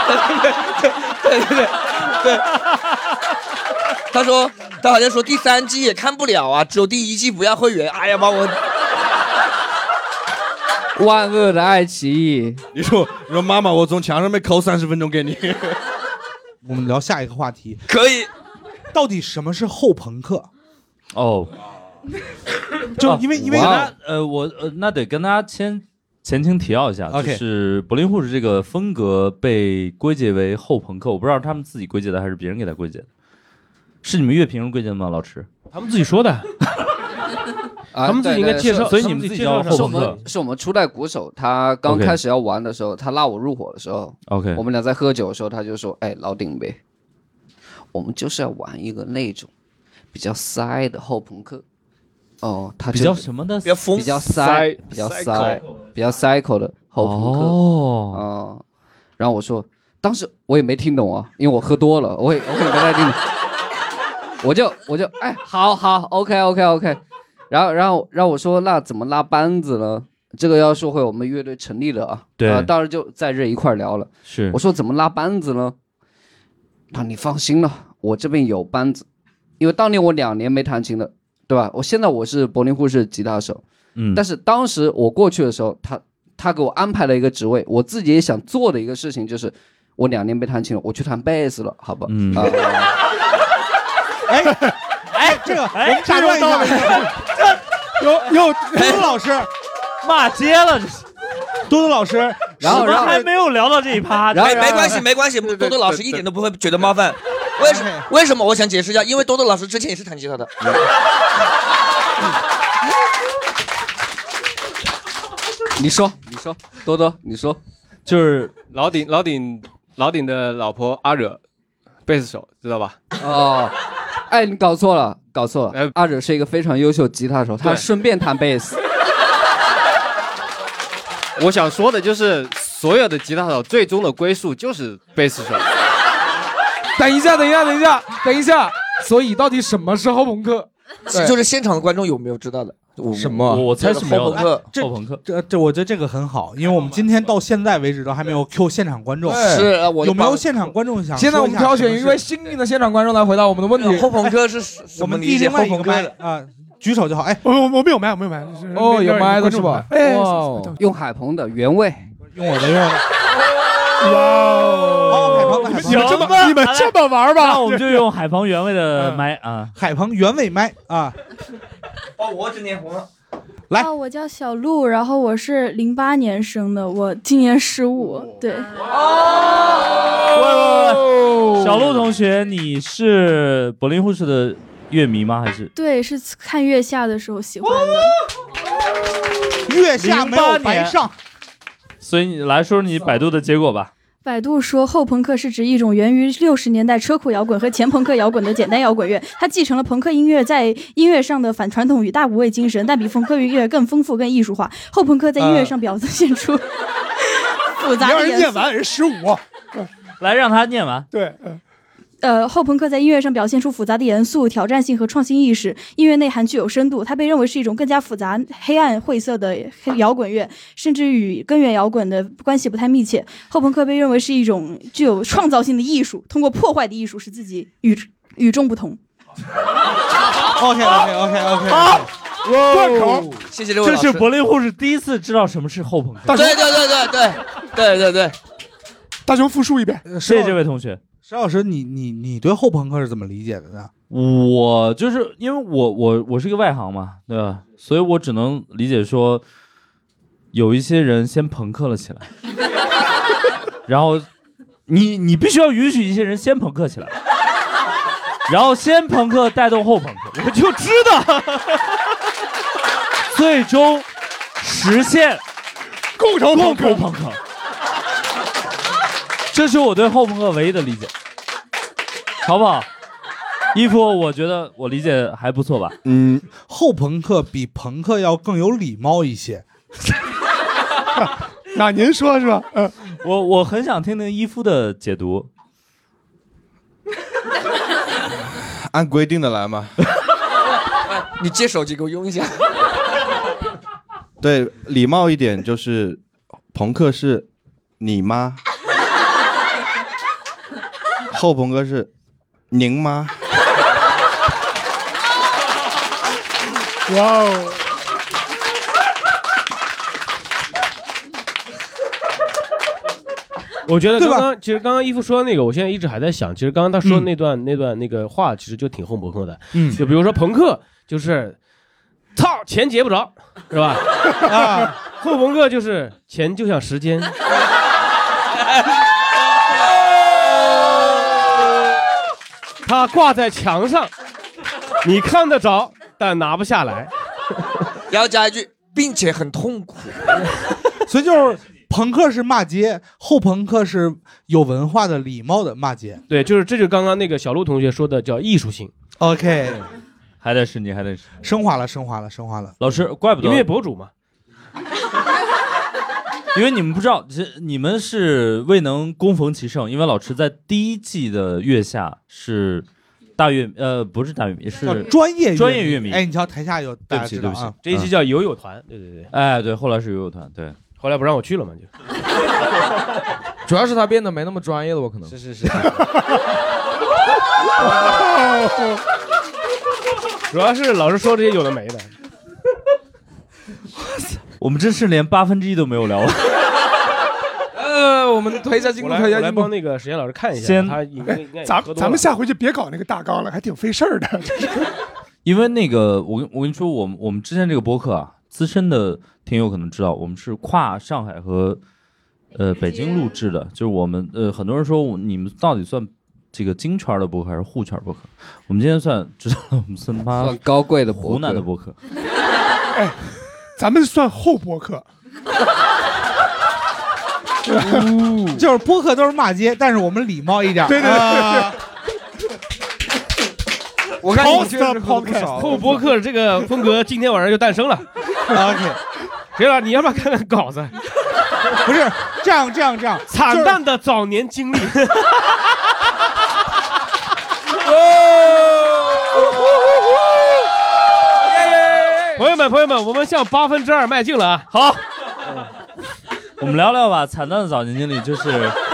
对。他好像说第3季也看不了啊，只有第1季不要会员。哎呀妈，我万恶的爱奇艺。 你说妈妈，我从墙上面抠30分钟给你。 我们聊下一个话题， 可以。 到底什么是后朋克？ 哦， 就因为那得跟大家前情提要一下， OK 就是柏林护士这个风格被归结为后朋克，我不知道他们自己归结的还是别人给他归结的，是你们乐评人归结的吗？老池， 他们自己说的。他们自己应该介绍， 所以你们自己叫后朋克。 是我们初代鼓手，他刚开始要玩的时候，他拉我入伙的时候 ，OK， 我们俩在喝酒的时候，他就说：“哎，老顶呗，我们就是要玩一个那种比较塞的后朋克。”哦，他比较什么的？ 比较疯，比较塞，比较 psycho 的后朋克。 哦， 然后我说，当时我也没听懂啊，因为我喝多了，我也没太听懂。我就哎，好 ，OK， 然后我说那怎么拉班子呢？这个要说回我们乐队成立的啊， 对， 当时就在这一块聊了。 是， 我说怎么拉班子呢？他说你放心了，我这边有班子，因为当年我2年没弹琴了，对吧？现在我是柏林护士吉他手，但是当时我过去的时候，他给我安排了一个职位，我自己也想做的一个事情就是，我2年没弹琴了，我去弹贝斯了，好吧？ 这个我们打断一下，有多多老师骂街了，这是多多老师， 然后还没有聊到这一趴， 没关系，多多老师一点都不会觉得冒犯。为什么？我想解释一下，因为多多老师之前也是弹吉他的。 你说，多多，你说， 就是老顶的老婆阿惹，贝斯手，知道吧？ 哦，哎，你搞错了，阿惹是一个非常优秀吉他手，他顺便弹贝斯。 我想说的就是，所有的吉他手最终的归宿就是贝斯手。 等一下，所以到底什么是后朋克？ 就是现场的观众有没有知道的？ 什么？ 我猜是没有的。 后朋克，这我觉得这个很好，因为我们今天到现在为止都还没有 Q 现场观众。 是， 有没有现场观众想？ 现在我们挑选一位幸运的现场观众来回答我们的问题。 后朋克是我们第另外一个麦啊，举手就好。哎， 我没有麦。 哦，有麦的是吧？ 哎，用海鹏的原味， 用我的用。 哇哦！你们这么玩吧？ 那我们就用海鹏原味的麦啊， 海鹏原味麦啊。 我只脸红了。 来， 我叫小鹿，然后我是08年生的，我今年15。对。 喂，小鹿同学，你是柏林护士的乐迷吗？还是？ 对，是看月下的时候喜欢的。 月下没有白上。 所以你来说你百度的结果吧。 百度说，后朋克是指一种源于60年代车库摇滚和前朋克摇滚的简单摇滚乐，它继承了朋克音乐在音乐上的反传统与大无畏精神，但比朋克音乐更丰富、更艺术化。后朋克在音乐上表现出复杂的元素。 让人念完，人15。 来，让他念完。 对， 后朋克在音乐上表现出复杂的严肃、挑战性和创新意识，音乐内涵具有深度。它被认为是一种更加复杂、黑暗、晦涩的摇滚乐，甚至与根源摇滚的关系不太密切。后朋克被认为是一种具有创造性的艺术，通过破坏的艺术使自己与众不同。 OK， 好， 贯口， 谢谢这位老师。 这是柏林护士第一次知道什么是后朋克。 对。 大雄复述一遍。 谢谢这位同学。 石老师，你对后朋克是怎么理解的呢？ 我就是因为我是一个外行嘛，对吧？所以我只能理解说，有一些人先朋克了起来，然后你必须要允许一些人先朋克起来，然后先朋克带动后朋克，我就知道，最终实现共同朋克。这是我对后朋克唯一的理解，好不好？衣服，我觉得我理解还不错吧。 后朋克比朋克要更有礼貌一些。 那您说是吧？ 我很想听听伊夫的解读。 按规定的来嘛。 你借手机给我用一下。 对，礼貌一点就是朋克是你妈。后朋克是您吗？ 哇哦！ 我觉得其实刚刚义父说的那个，我现在一直还在想，其实刚刚他说的那段那个话，其实就挺后朋克的。就比如说朋克就是操钱结不着，是吧？啊，后朋克就是钱就像时间。它挂在墙上，你看得着，但拿不下来。 要加一句，并且很痛苦。 所以就是朋克是骂街，后朋克是有文化的、礼貌的骂街。 对，这就是刚刚那个小陆同学说的叫艺术性。 OK， 还得是你，还得是升华了。 老师，怪不得音乐博主嘛。 因为你们不知道，你们是未能攻逢其胜，因为老池在第1季的月下是大乐不是大乐迷，是专业乐迷。 哎，你瞧台下有， 对不起， 这一期叫友友团，对， 哎对，后来是友友团，对， 后来不让我去了嘛，就主要是他变得没那么专业了，我可能是，主要是老是说这些有的没的。 我们真是连1/8都没有聊完。 我们推一下进度，推一下进度。 我来帮那个实验老师看一下。 咱们下回就别搞那个大纲了，还挺费事儿的。 因为那个，我跟你说，我们之前这个播客啊，资深的听友可能知道，我们是跨上海和北京录制的。就是我们很多人说你们到底算这个京圈的播客还是沪圈播客？我们今天知道了，我们算高贵的播客， 湖南的播客。 哎，咱们算后播客。 就是播客都是骂街，但是我们礼貌一点。 对。 我看你确实喝不少。 后播客这个风格今天晚上就诞生了。 OK， 谁了？你要不要看看稿子？ 不是这样， 惨淡的早年经历。朋友们，我们向2%迈进了啊！ 好。我们聊聊吧，惨淡的早年经历就是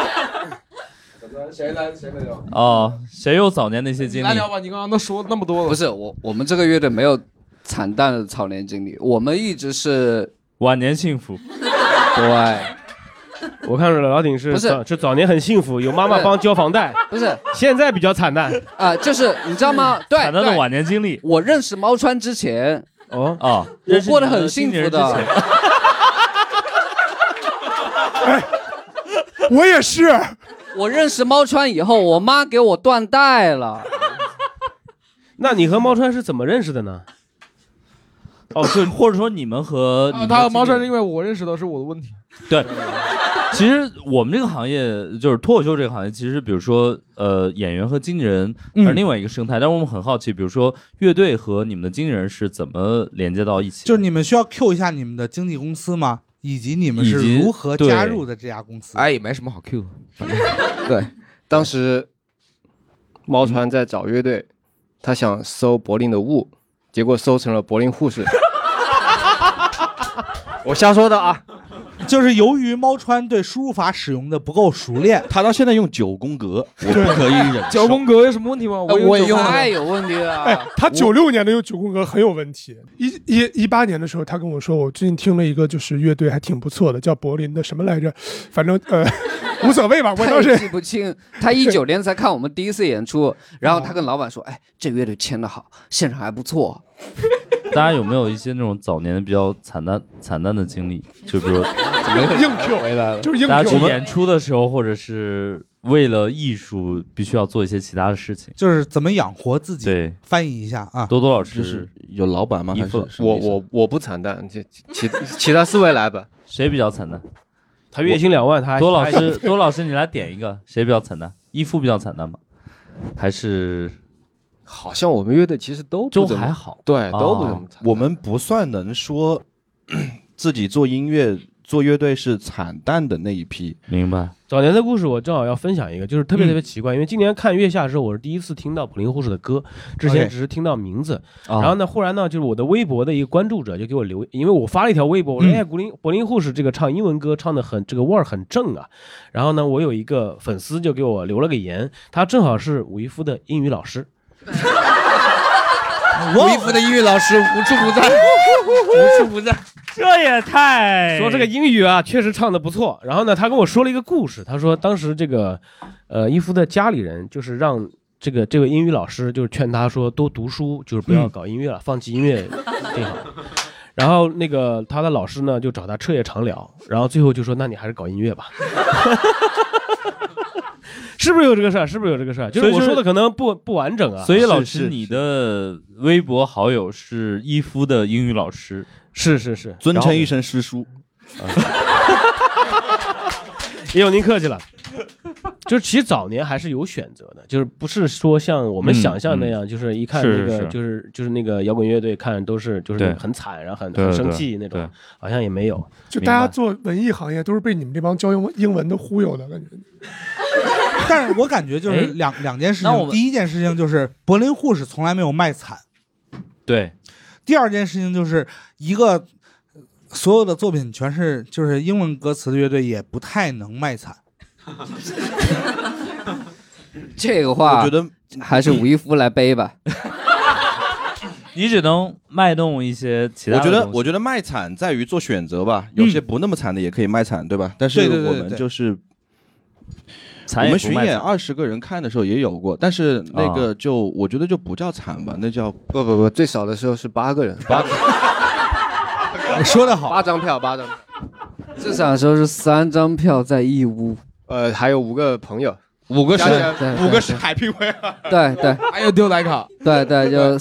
谁来聊？ 哦，谁有早年那些经历？ 来聊吧，你刚刚都说那么多了。 不是我们这个乐队没有惨淡的早年经历，我们一直是晚年幸福。 对， 我看着老顶是早年很幸福，有妈妈帮交房贷。 不是， 现在比较惨淡啊，就是你知道吗？对， 惨淡的晚年经历。 我认识猫川之前， 我过得很幸福的。 哎，我也是。 我认识猫川以后，我妈给我断代了。 那你和猫川是怎么认识的呢？ 哦，对，或者说你们和他和猫川是因为我认识的是我的问题。 对，其实我们这个行业就是脱口秀这个行业，其实比如说演员和经纪人是另外一个生态，但是我们很好奇，比如说乐队和你们的经纪人是怎么连接到一起？ 就是你们需要 Q 一下你们的经纪公司吗？以及你们是如何加入的这家公司？ 哎，也没什么好 Q 的。 对，当时猫川在找乐队，他想搜柏林的雾，结果搜成了柏林护士。我瞎说的啊。 就是由于猫川对输入法使用的不够熟练， 他到现在用9宫格，我不可以忍受。 9宫格有什么问题吗？ 我也用，太有问题了。 哎，他96年的用9宫格很有问题。18年的时候，他跟我说，我最近听了一个就是乐队还挺不错的，叫柏林的什么来着？反正无所谓吧，我当时记不清。他19年才看我们第一次演出，然后他跟老板说：“哎，这个乐队签得好，现场还不错。” 大家有没有一些那种早年比较惨淡的经历？就比如硬 Q 回来了，就是硬 Q。 大家去演出的时候，或者是为了艺术，必须要做一些其他的事情， 就是怎么养活自己。 对， 翻译一下啊。 多多老师就是有老板吗？还是我不惨淡，其他4位来吧。 谁比较惨淡？ 他月薪2万，他多老师，你来点一个，谁比较惨淡？依附比较惨淡吗？还是？ 好像我们乐队其实都就还好， 对，都不怎么惨。 我们不算能说自己做音乐、做乐队是惨淡的那一批。 明白。 早年的故事我正好要分享一个，就是特别奇怪，因为今年看月下的时候，我是第一次听到柏林护士的歌，之前只是听到名字。然后呢，忽然呢，就是我的微博的一个关注者就给我留，因为我发了一条微博，我说：“哎，柏林护士这个唱英文歌唱的很，这个味儿很正啊。”然后呢，我有一个粉丝就给我留了个言，他正好是吴亦夫的英语老师。 吴亦夫的英语老师无处不在。 无处不在。 这也太说这个英语啊，确实唱的不错。然后呢，他跟我说了一个故事，他说当时这个伊夫的家里人就是让这位英语老师就是劝他说多读书，就是不要搞音乐了，放弃音乐这行。然后那个他的老师呢就找他彻夜长聊，然后最后就说那你还是搞音乐吧。是不是有这个事儿？是不是有这个事儿？就是我说的可能不完整啊。 所以老师，你的微博好友是伊夫的英语老师， 是， 尊称一声师叔。 也有您客气了。就是其实早年还是有选择的，就是不是说像我们想象那样，就是一看那个就是那个摇滚乐队看都是就是很惨，然后很生气那种，好像也没有。 就大家做文艺行业都是被你们这帮教英文的忽悠的感觉。 但是我感觉就是两件事情，第一件事情就是柏林护士从来没有卖惨， 对。 第二件事情就是一个所有的作品全是就是英文歌词的乐队也不太能卖惨。 这个话，我觉得还是吴亦夫来背吧。 你只能卖弄一些其他的。 我觉得卖惨在于做选择吧，有些不那么惨的也可以卖惨，对吧？但是我们就是。我们巡演20个人看的时候也有过，但是那个我觉得就不叫惨吧，那叫不，最少的时候是8个人，8个。 你说得好， 8张票。 最少的时候是3张票在义乌， 还有5个朋友 ，5个是海评委， 对， 还有丢莱卡， 对，就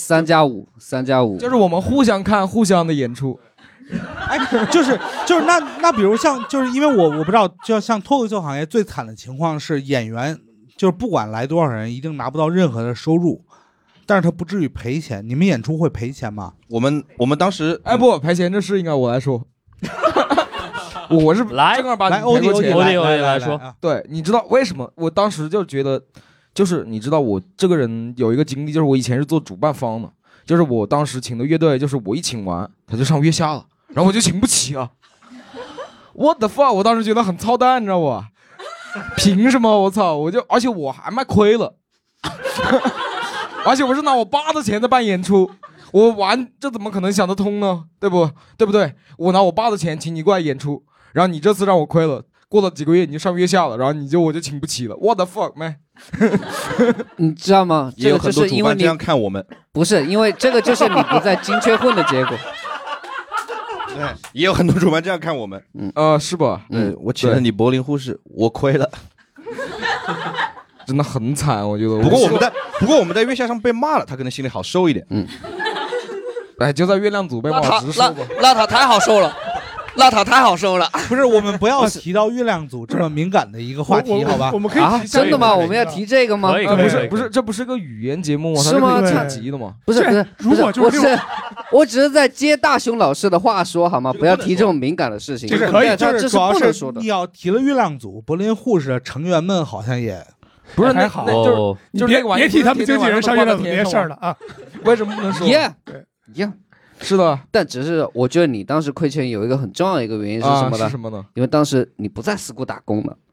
3+5， 就是我们互相看互相的演出。 哎，就是那比如像就是因为我不知道，就像脱口秀行业最惨的情况是演员就是不管来多少人，一定拿不到任何的收入，但是他不至于赔钱。你们演出会赔钱吗？ 我们当时不赔钱，这事应该我来说。我是正儿八经来欧弟来说， 对，你知道为什么？我当时就觉得，就是你知道我这个人有一个经历，就是我以前是做主办方的，就是我当时请的乐队，就是我一请完他就上月下了。然后我就请不起啊 ！What the fuck！ 我当时觉得很操蛋，你知道不？凭什么？我操！而且我还卖亏了，而且我是拿我爸的钱在办演出，这怎么可能想得通呢？对不对？我拿我爸的钱请你过来演出，然后你这次让我亏了，过了几个月你就上月下了，然后我就请不起了 ，What the fuck man！ 你知道吗？ 也有很多主办这样看我们， 不是因为这个就是你不在金雀混的结果。 对，也有很多主办这样看我们， 是吧？ 我请了你柏林护士，我亏了， 真的很惨，我觉得。 不过我们在月下上被骂了，他可能心里好受一点。 就在月亮组被骂直受吧。 邋遢太好受了，邋遢太好受了。 不是，我们不要提到月亮组这么敏感的一个话题，好吧？ 我们可以提真的吗？我们要提这个吗？ 不是，这不是个语言节目吗？ 是吗？ 晋级的吗？ 不是， 如果就是我只是在接大雄老师的话说好吗？不要提这种敏感的事情。 这是可以， 这是不能说的。 你要提了月亮组，柏林护士的成员们好像也不是还好， 就是别提他们经纪人上月亮组这些事儿了啊！ 为什么不能说？ 一样。 是的， 但只是我觉得你当时亏钱有一个很重要的一个原因是什么呢？ 是什么呢？ 因为当时你不在四姑打工了。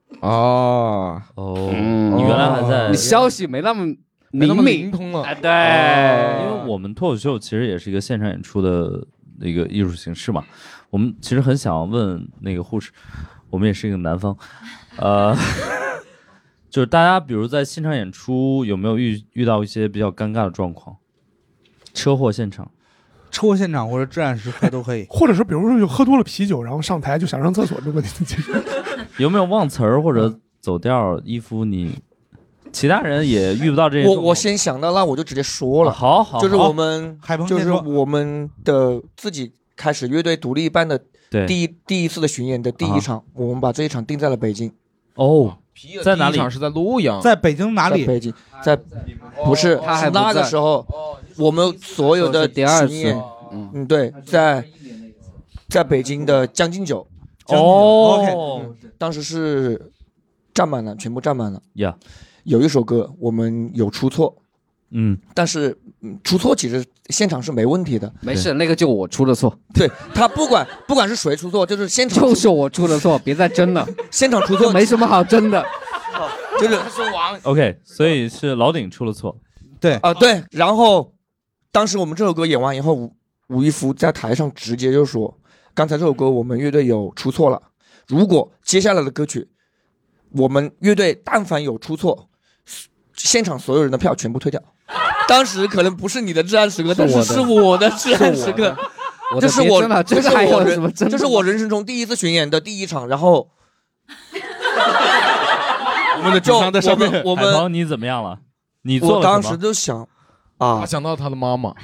你原来还在， 你消息没那么灵通了。 对，因为我们脱口秀其实也是一个现场演出的一个艺术形式嘛。我们其实很想问那个护士，我们也是一个南方，就是大家比如在现场演出有没有遇到一些比较尴尬的状况？车祸现场或者至暗时刻都可以， 或者是比如说就喝多了啤酒，然后上台就想上厕所这个问题， 有没有忘词儿或者走调？伊夫，你其他人也遇不到这些。 我先想到，那我就直接说了。 好， 就是我们就是我们的自己开始乐队独立办的第一次的巡演的第一场，我们把这一场定在了北京。 在哪里？ 是在洛阳， 在北京哪里？ 在北京，不是，是那个时候，我们所有的巡演，对，在北京的将进酒。当时是站满了，全部站满了。有一首歌我们有出错，但是出错其实现场是没问题的， 没事，那个就我出的错。 对，他不管是谁出错，就是现场就是我出的错，别再争了。 现场出错没什么好争的， 就是王。 OK， 所以是老顶出了错。 对对，然后当时我们这首歌演完以后， 吴亦夫在台上直接就说，刚才这首歌我们乐队有出错了，如果接下来的歌曲我们乐队但凡有出错，现场所有人的票全部退掉。当时可能不是你的至暗时刻，但是我的至暗时刻。这是我人生中第一次巡演的第一场，然后我们的主唱在上面。 海鹏你怎么样了？你做了什么？ 我当时就想啊， 想到他的妈妈。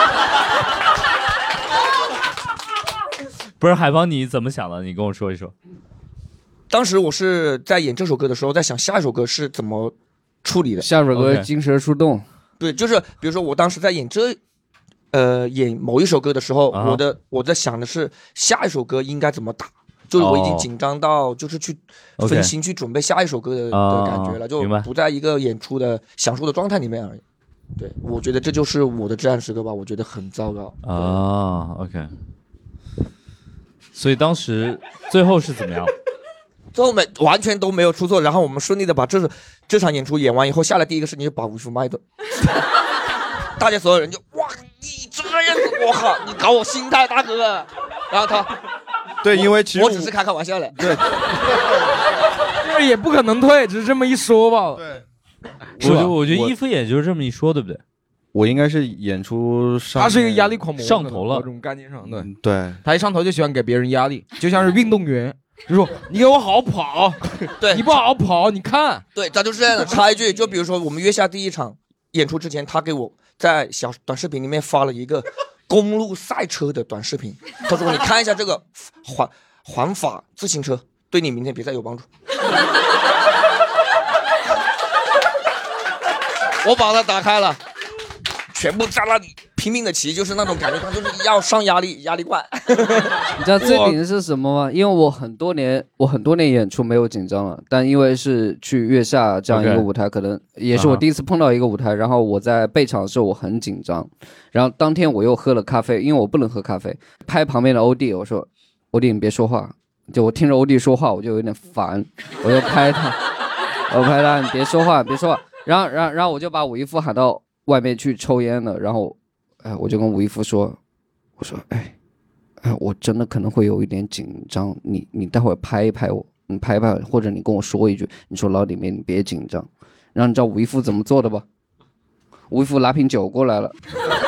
不是海鹏，你怎么想的？你跟我说一说。 当时我是在演这首歌的时候，在想下一首歌是怎么处理的。 下首歌金蛇出洞。 对，就是比如说我当时在演演某一首歌的时候，我在想的是下一首歌应该怎么打，就是我已经紧张到就是去分心去准备下一首歌的感觉了，就不在一个演出的享受的状态里面而已。对，我觉得这就是我的至暗时刻吧，我觉得很糟糕啊。OK， 所以当时最后是怎么样？ 最后完全都没有出错，然后我们顺利的把这场演出演完以后，下来第一个事情就把吴亦夫骂一顿，大家所有人就哇，你这样子，我靠，你搞我心态，大哥。然后他， 对，因为其实我只是开玩笑的， 对， 就是也不可能退，只是这么一说吧。 对， 我觉得亦夫也就是这么一说，对不对？ 我应该是演出上， 他是一个压力狂魔， 上头了， 这种概念上， 对， 他一上头就喜欢给别人压力，就像是运动员。就说你给我好好跑， 对， 你不好好跑，你看， 对，他就是这样的。插一句，就比如说我们月下第一场演出之前，他给我在小短视频里面发了一个公路赛车的短视频，他说你看一下这个环法自行车，对你明天比赛有帮助。我把它打开了，全部在那里拼命的骑，就是那种感觉，他就是要上压力罐。 你知道最顶的是什么吗？因为我很多年演出没有紧张了，但因为是去月下这样一个舞台，可能也是我第一次碰到一个舞台，然后我在备场的时候我很紧张，然后当天我又喝了咖啡，因为我不能喝咖啡，拍旁边的欧弟，我说欧弟你别说话，就我听着欧弟说话我就有点烦，我就拍他，你别说话，然后我就把吴亦夫喊到外面去抽烟了，然后我就跟吴亦夫说，我说我真的可能会有一点紧张，你待会儿拍一拍我，你拍一拍，或者你跟我说一句，你说老李面你别紧张。然后你知道吴亦夫怎么做的吧？吴亦夫拿瓶酒过来了，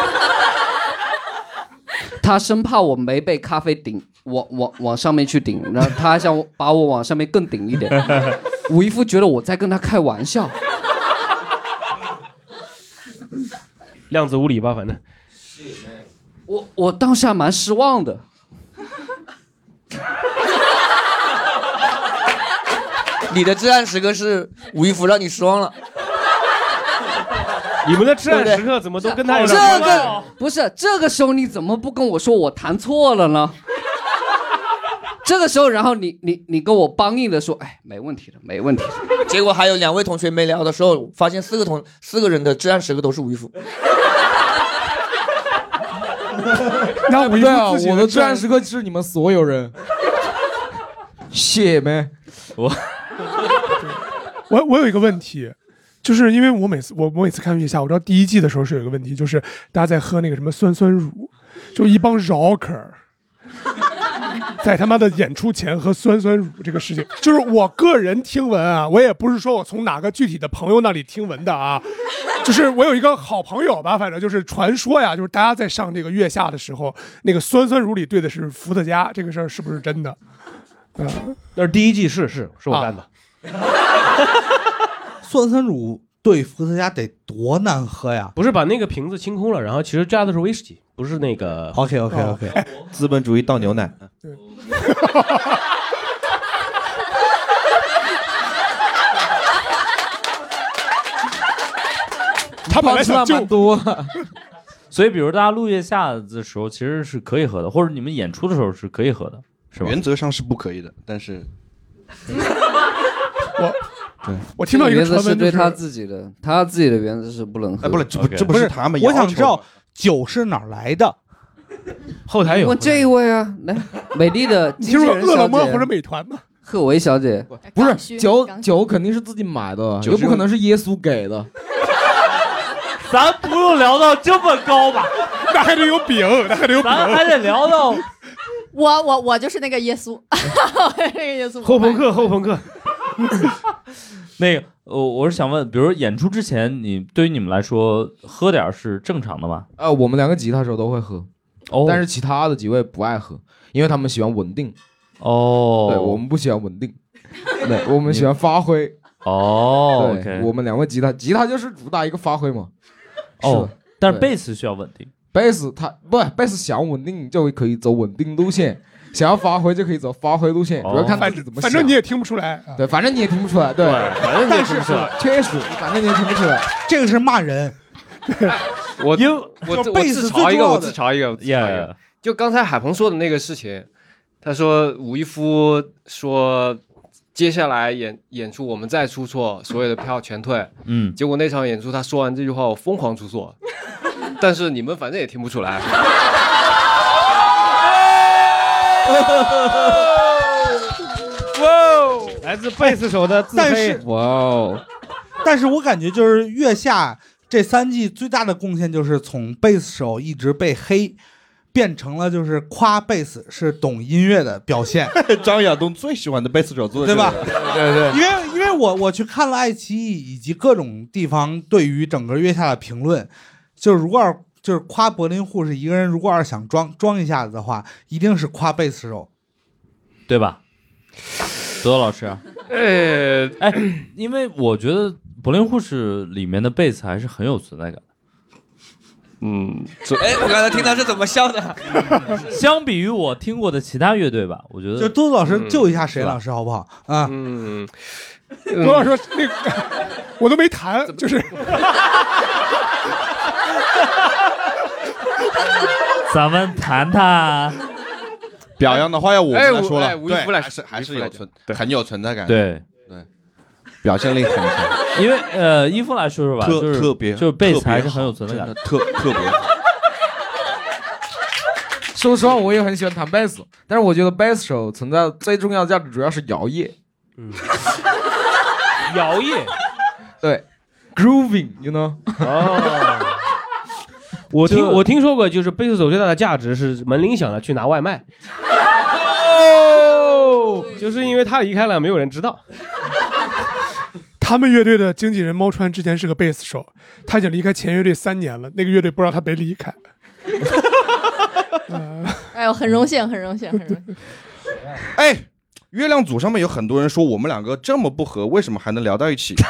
他生怕我没被咖啡顶，往上面去顶，然后他还想把我往上面更顶一点。吴亦夫觉得我在跟他开玩笑。 量子物理吧，反正。 我当下蛮失望的。 你的至暗时刻是吴亦夫让你失望了。 你们的至暗时刻怎么都跟他有这个不是这个时候你怎么不跟我说我弹错了呢？这个时候，然后你跟我帮硬的说，没问题的，没问题的。 结果还有2位同学没聊的时候，发现4个人的至暗时刻都是吴亦夫。 那对啊，我的至暗时刻是你们所有人。谢没？ 我有一个问题，就是因为我每次看月下，我知道第一季的时候是有一个问题，就是大家在喝那个什么酸酸乳，就一帮 rocker。在他妈的演出前喝酸酸乳这个事情，就是我个人听闻啊，我也不是说我从哪个具体的朋友那里听闻的啊，就是我有一个好朋友吧，反正就是传说呀，就是大家在上这个月下的时候，那个酸酸乳里兑的是伏特加，这个事儿是不是真的？ 那是第一季是我干的。 酸酸乳兑伏特加得多难喝呀！ 不是把那个瓶子清空了，然后其实加的是威士忌，不是那个。 OK， 资本主义倒牛奶。 对。 他本来想蛮多， 所以比如大家录月下的时候其实是可以喝的，或者你们演出的时候是可以喝的，是吧？ 原则上是不可以的，但是我听到一个传闻， 是对他自己的原则是不能喝。 这不是他们要求。 我想知道酒是哪儿来的。 后台有。 问这一位啊，来，美丽的经纪人小姐。 你是饿了么或者美团吗？ 贺维小姐， 不是酒肯定是自己买的，又不可能是耶稣给的。 咱不用聊到这么高吧？ 那还得有饼，那还得有饼， 咱还得聊到我就是那个耶稣，那个耶稣后朋克。 那个，我是想问，比如演出之前，对于你们来说，喝点是正常的吗？ 我们2个吉他手都会喝，但是其他的几位不爱喝，因为他们喜欢稳定。 对， 我们不喜欢稳定，对，我们喜欢发挥。对，我们2位吉他就是主打一个发挥嘛。 但是贝斯需要稳定。 贝斯想稳定就可以走稳定路线，想要发挥就可以走发挥路线，主要看自己怎么想。 反正你也听不出来。 对，反正你也听不出来。对， 反正你也听不出来。 确实，反正你也听不出来。 这个是骂人。 我自嘲一个。就刚才海鹏说的那个事情，他说吴亦夫说接下来演出我们再出错，所有的票全退。结果那场演出他说完这句话，我疯狂出错，但是你们反正也听不出来。 哇！来自贝斯手的自黑。 哇！但是我感觉就是月下这3季最大的贡献就是从贝斯手一直被黑，变成了就是夸贝斯是懂音乐的表现。 张亚东最喜欢的贝斯手做的， 对吧？ 对。 因为我去看了爱奇艺以及各种地方对于整个月下的评论，就是如果就是夸柏林护士一个人，如果要是想装一下子的话，一定是夸贝斯手， 对吧？德老师，因为我觉得柏林护士里面的贝斯还是很有存在感的。 我刚才听到是怎么笑的？ 相比于我听过的其他乐队吧，我觉得就多多老师救一下沈老师好不好啊？ 多老师说那个我都没弹，就是。 咱们谈谈表扬的话要我们来说了， 对， 还是很有存在感， 对， 表现力很强。 因为依夫来说说吧， 特别就是贝斯还是很有存在感， 特别。 说实话，我也很喜欢弹贝斯，但是我觉得贝斯手存在最重要的价值主要是摇曳。 摇曳， 对 ，grooving，you know。 我听说过，就是贝斯手最大的价值是门铃响了去拿外卖。就是因为他离开了，没有人知道。 他们乐队的经纪人猫川之前是个贝斯手，他已经离开前乐队3年了，那个乐队不知道他没离开。 哎呦，很荣幸，很荣幸，很荣幸。 哎，月亮组上面有很多人说我们2个这么不合，为什么还能聊到一起？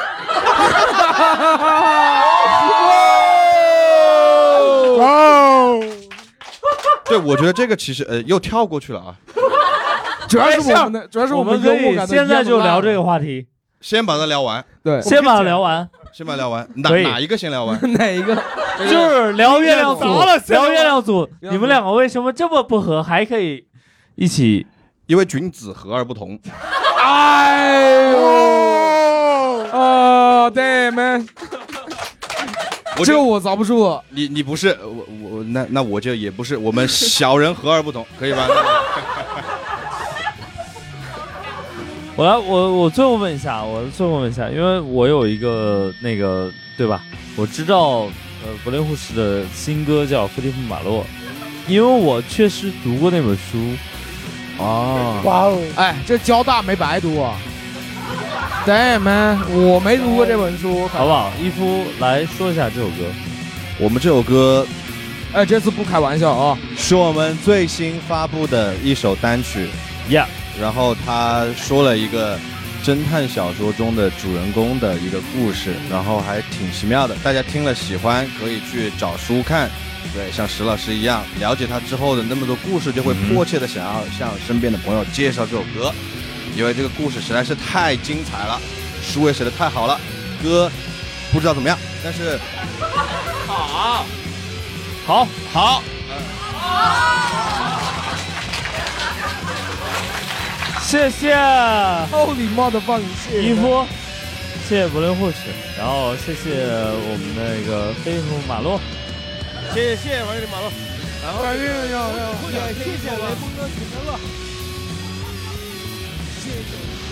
对，我觉得这个其实又跳过去了啊。 主要是我们幽默感。 现在就聊这个话题， 先把它聊完。 对， 先把它聊完。 哪一个先聊完？ 哪一个？ 就是聊月亮组。聊月亮组，你们2个为什么这么不合，还可以一起？ 因为君子和而不同。 哎呦！对们。这我遭不住。 你不是我那我就也不是，我们小人和而不同，可以吧？ 我最后问一下，因为我有一个那个对吧？我知道柏林护士的新歌叫《伏地魔马洛》，因为我确实读过那本书。 哇哦！哎，这交大没白读啊。对们，我没读过这本书， 好不好？伊夫来说一下这首歌。 我们这首歌， 这次不开玩笑啊， 是我们最新发布的一首单曲。然后他说了一个侦探小说中的主人公的一个故事，然后还挺奇妙的，大家听了喜欢可以去找书看。对，像石老师一样，了解他之后的那么多故事，就会迫切的想要向身边的朋友介绍这首歌。因为这个故事实在是太精彩了，书也写得太好了，歌不知道怎么样，但是好， 谢谢 Holy motherfucker， 伊夫，谢谢柏林护士，然后谢谢我们那个飞虎马洛， 谢谢王岳马洛， 然后谢谢雷锋哥，谢谢乐。谢谢。